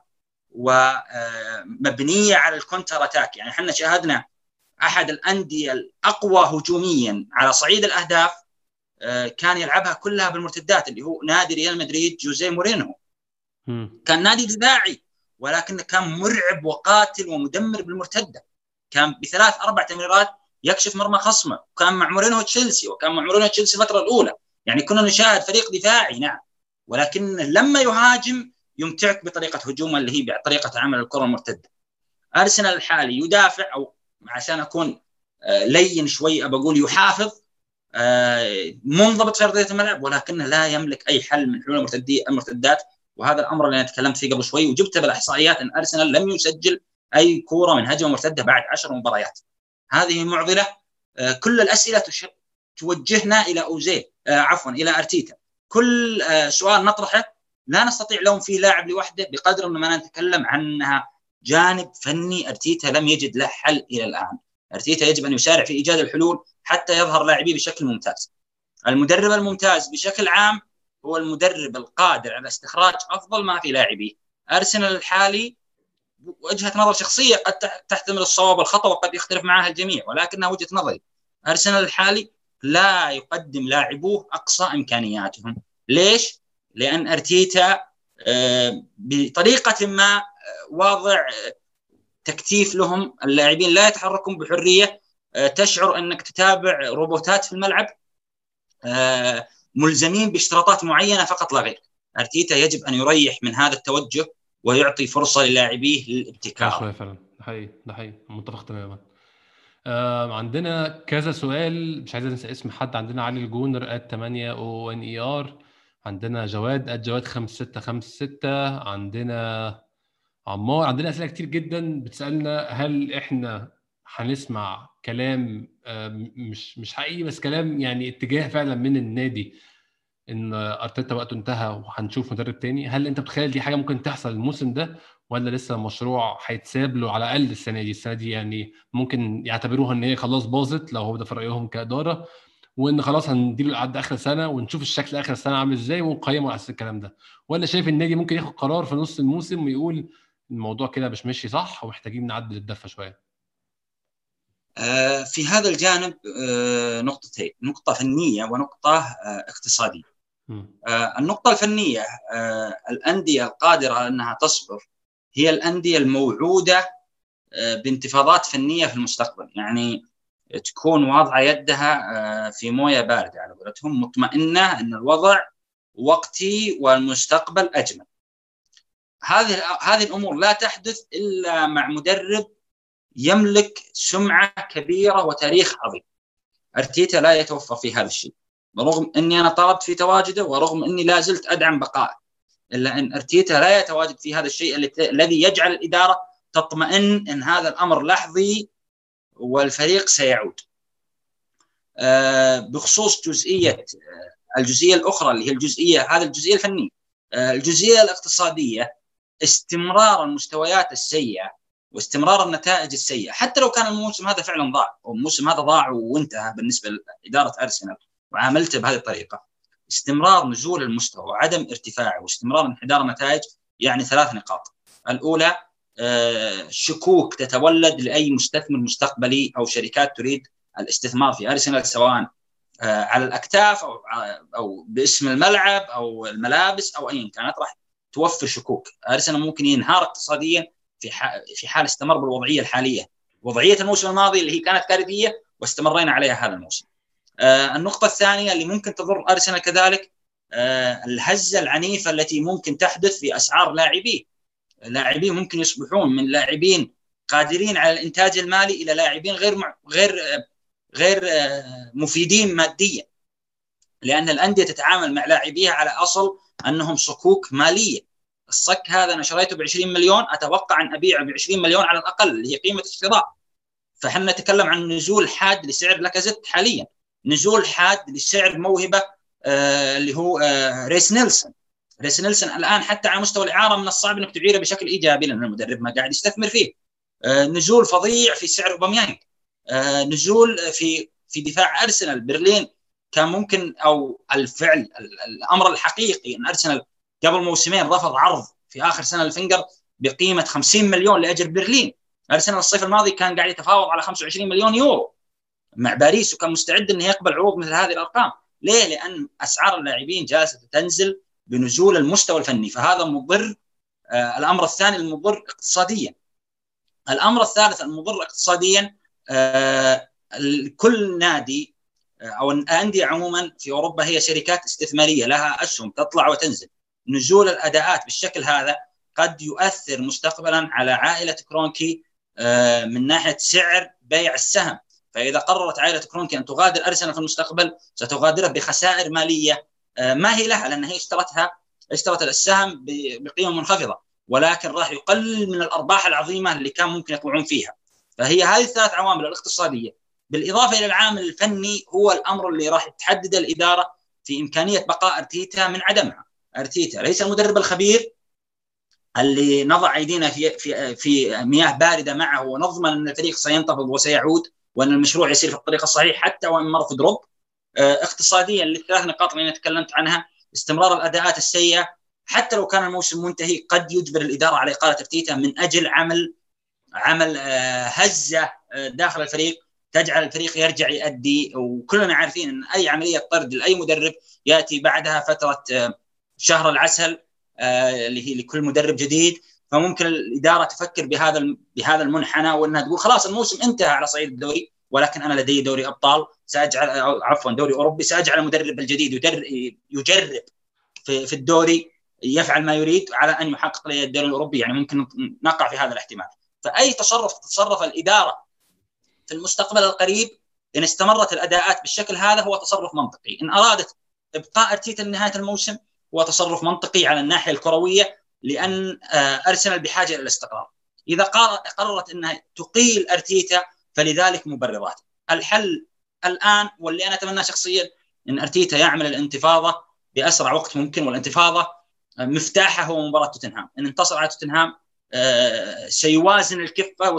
ومبنية على الكونتر أتاك. يعني احنا شاهدنا أحد الأندية الأقوى هجوميا على صعيد الأهداف كان يلعبها كلها بالمرتدات، اللي هو نادي ريال مدريد جوزيه مورينو. كان نادي دفاعي ولكنه كان مرعب وقاتل ومدمر بالمرتدة. كان بثلاث أربع تمريرات يكشف مرمى خصمه. وكان مع مورينو تشيلسي، وكان مع مورينو تشيلسي الفترة الأولى. يعني كنا نشاهد فريق دفاعي نعم، ولكن لما يهاجم يمتعك بطريقة هجومه اللي هي بطريقة عمل الكرة المرتدة. أرسنال الحالي يدافع، أو عشان أكون لين شوي بقول يحافظ، منضبط في أرضية الملعب، ولكنه لا يملك أي حل من حلول المرتدات. وهذا الأمر اللي أنا تكلمت فيه قبل شوي، وجبت بالإحصائيات أن أرسنال لم يسجل أي كرة من هجمة مرتدة بعد عشر مباريات. هذه معضلة. كل الأسئلة توجهنا إلى أوزيل عفوا إلى أرتيتا. كل سؤال نطرحه لا نستطيع لوم فيه لاعب لوحده بقدر أننا نتكلم عنها جانب فني. أرتيتا لم يجد له حل إلى الآن. أرتيتا يجب أن يسارع في إيجاد الحلول حتى يظهر لاعبيه بشكل ممتاز. المدرب الممتاز بشكل عام هو المدرب القادر على استخراج أفضل ما في لاعبيه. أرسنال الحالي وجهة نظر شخصية قد تحتمل الصواب والخطأ وقد يختلف معها الجميع، ولكنها وجهة نظري. أرسنال الحالي لا يقدم لاعبوه أقصى إمكانياتهم. ليش؟ لأن أرتيتا بطريقة ما واضع تكتيف لهم، اللاعبين لا يتحركون بحرية، تشعر أنك تتابع روبوتات في الملعب ملزمين باشتراطات معينة فقط لا غير. أرتيتا يجب أن يريح من هذا التوجه ويعطي فرصة للاعبيه للابتكار. شوية فعلا، ده حقيقي ده حقيقي متفق تماما. آه عندنا كذا سؤال، مش عايز انسى اسم حد. عندنا علي الجونر ات ثمانية او ان اي ار، عندنا جواد ات جواد خمسة ستة خمسة ستة، عندنا عمار. عندنا اسئله كتير جدا بتسالنا هل احنا هنسمع كلام آه مش مش حقيقي بس كلام يعني اتجاه فعلا من النادي ان ارتيتا وقته انتهى وهنشوف مدرب تاني. هل انت بتخيل دي حاجه ممكن تحصل الموسم ده، ولا لسه المشروع هيتساب له على الاقل السنه دي؟ السنه دي يعني ممكن يعتبروها ان هي خلاص باظت لو هو ده في رايهم كاداره، وان خلاص هنديله العقد اخر سنه ونشوف الشكل اخر السنه عامل ازاي ونقيمه على اساس الكلام ده؟ ولا شايف النادي ممكن ياخد قرار في نص الموسم ويقول الموضوع كده مش ماشي صح ومحتاجين نعدل الدفه شويه؟ في هذا الجانب نقطتين، نقطة فنية ونقطة اقتصادية. النقطة الفنية، الأندية القادرة أنها تصبر هي الأندية الموعودة بانتفاضات فنية في المستقبل، يعني تكون واضعة يدها في موية باردة على قولتهم، مطمئنة أن الوضع وقتي والمستقبل أجمل. هذه هذه الأمور لا تحدث إلا مع مدرب يملك سمعة كبيرة وتاريخ عظيم. أرتيتا لا يتوفر في هذا الشيء، برغم أني أنا طلبت في تواجده ورغم أني لا زلت أدعم بقائه، إلا أن أرتيتا لا يتواجد في هذا الشيء الذي يجعل الإدارة تطمئن أن هذا الأمر لحظي والفريق سيعود. بخصوص جزئية الجزئية الأخرى اللي هي الجزئية هذه الجزئية الفنية، الجزئية الاقتصادية، استمرار المستويات السيئة واستمرار النتائج السيئة، حتى لو كان الموسم هذا فعلا ضاع والموسم هذا ضاع وانتهى بالنسبة لإدارة أرسنال وعاملته بهذه الطريقة، استمرار نزول المستوى وعدم ارتفاعه واستمرار انحدار النتائج يعني ثلاث نقاط. الأولى شكوك تتولد لأي مستثمر مستقبلي أو شركات تريد الاستثمار في أرسنال، سواء على الأكتاف أو أو باسم الملعب أو الملابس أو أي كانت، راح توفر شكوك. أرسنال ممكن ينهار اقتصاديا في في حال استمر بالوضعية الحالية، وضعية الموسم الماضي اللي هي كانت كارثية واستمرينا عليها هذا الموسم. آه النقطة الثانية اللي ممكن تضر أرسنال كذلك آه الهزة العنيفة التي ممكن تحدث في أسعار لاعبيه. لاعبين ممكن يصبحون من لاعبين قادرين على الإنتاج المالي إلى لاعبين غير مع... غير آه غير آه مفيدين ماديا، لأن الأندية تتعامل مع لاعبيها على أصل أنهم صكوك مالية. الصك هذا أنا شريته بعشرين مليون، أتوقع أن أبيعه بعشرين مليون على الأقل اللي هي قيمة الشراء. فحنا نتكلم عن نزول حاد لسعر لاكازيت حاليا، نزول حاد لسعر موهبة آه اللي هو آه ريس نيلسون. ريس نيلسون الآن حتى على مستوى الإعارة من الصعب أنك تعيره بشكل إيجابي لأن المدرب ما قاعد يستثمر فيه. آه نزول فظيع في سعر أوباميانغ، آه نزول في في دفاع أرسنال. برلين كان ممكن أو الفعل الأمر الحقيقي أن أرسنال قبل موسمين رفض عرض في آخر سنة الفنجر بقيمة خمسين مليون لأجل برلين. أرسنال الصيف الماضي كان قاعد يتفاوض على خمسة وعشرين مليون يورو مع باريس، وكان مستعد أنه يقبل عروض مثل هذه الأرقام. ليه؟ لأن أسعار اللاعبين جالسة تنزل بنزول المستوى الفني، فهذا مضر. آه الأمر الثاني المضر اقتصاديا. الأمر الثالث المضر اقتصاديا، آه كل نادي أو الأندية عموما في أوروبا هي شركات استثمارية لها أسهم تطلع وتنزل. نزول الأداءات بالشكل هذا قد يؤثر مستقبلا على عائلة كرونكي من ناحية سعر بيع السهم. فإذا قررت عائلة كرونكي أن تغادر أرسنال في المستقبل ستغادرها بخسائر مالية ما هي لها، لأن هي اشترتها اشترت السهم بقيمة منخفضة، ولكن راح يقلل من الأرباح العظيمة اللي كان ممكن يطلعون فيها. فهي هذه الثلاث عوامل الاقتصادية بالإضافة إلى العامل الفني هو الأمر اللي راح تحدد الإدارة في إمكانية بقاء أرتيتا من عدمها. أرتيتا ليس المدرب الخبير اللي نضع أيدينا في في في مياه باردة معه ونضمن أن الفريق سينتفض وسيعود وأن المشروع يسير في الطريق الصحيح حتى وإن مر في دروب. اقتصاديا للثلاث نقاط اللي أنا تكلمت عنها، استمرار الأداءات السيئة حتى لو كان الموسم منتهي قد يجبر الإدارة على إقالة أرتيتا من أجل عمل عمل هزة داخل الفريق تجعل الفريق يرجع يؤدي. وكلنا عارفين أن أي عملية طرد لأي مدرب يأتي بعدها فترة شهر العسل اللي هي لكل مدرب جديد، فممكن الاداره تفكر بهذا بهذا المنحنى، وانها تقول خلاص الموسم انتهى على صعيد الدوري، ولكن انا لدي دوري ابطال ساجعل عفوا دوري اوروبي، ساجعل المدرب الجديد يجرب في في الدوري، يفعل ما يريد على ان يحقق لي الدوري الاوروبي. يعني ممكن نقع في هذا الاحتمال. فاي تصرف تتصرف الاداره في المستقبل القريب ان استمرت الاداءات بالشكل هذا هو تصرف منطقي. ان ارادت ابقاء ارتيتا لنهايه الموسم هو تصرف منطقي على الناحيه الكرويه، لان ارسنال بحاجه الى الاستقرار. اذا قررت انها تقيل ارتيتا فلذلك مبررات. الحل الان واللي انا اتمناه شخصيا ان ارتيتا يعمل الانتفاضه باسرع وقت ممكن، والانتفاضه مفتاحها هو مباراه توتنهام. ان انتصر على توتنهام سيوازن الكفه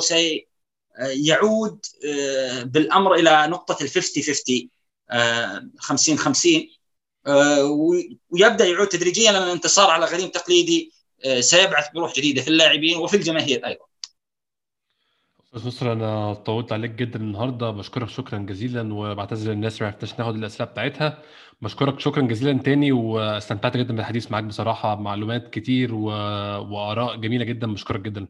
وسيعود بالامر الى نقطه الفيفتي فيفتي خمسين خمسين، ويبدا يعود تدريجيا، لان الانتصار على غريم تقليدي سيبعث بروح جديده في اللاعبين وفي الجماهير ايضا. استاذ نصر، انا طولت عليك جدا النهارده، بشكرك شكرا جزيلا، وبعتذر للناس ما عرفناش ناخد الاسئله بتاعتها. بشكرك شكرا جزيلا تاني، واستمتعت جدا بالحديث معاك بصراحه، معلومات كتير و... واراء جميله جدا. بشكرك جدا.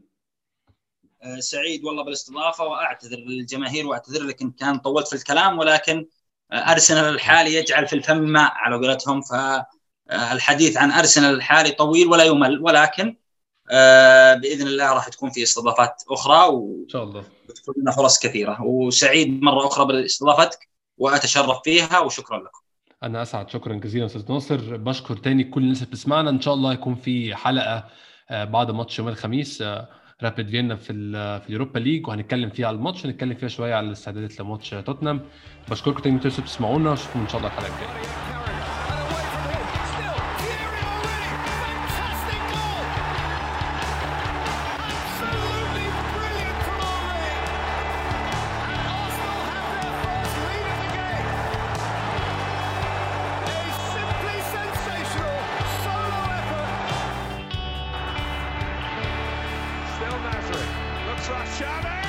سعيد والله بالاستضافه، واعتذر للجماهير واعتذر لك ان كان طولت في الكلام، ولكن ارسنال الحالي يجعل في الفم ماء على قولتهم، فالحديث عن ارسنال الحالي طويل ولا يمل، ولكن باذن الله راح تكون في استضافات اخرى وان شاء الله بتكون لنا فرص كثيره. وسعيد مره اخرى باستضافتك واتشرف فيها، وشكرا لكم. انا اسعد، شكرا جزيلا استاذ ناصر. بشكر تاني كل الناس اللي بتسمعنا. ان شاء الله يكون في حلقه بعد ماتش يوم الخميس رابيد فيينا في في اليوروبا ليج، وهنتكلم فيها على الماتش، هنتكلم فيها شويه على الاستعدادات لماتش توتنهام. بشكركم تاني انتوا بتسمعونا، واشوفكم ان شاء الله الحلقه الجايه. Looks like Xavi!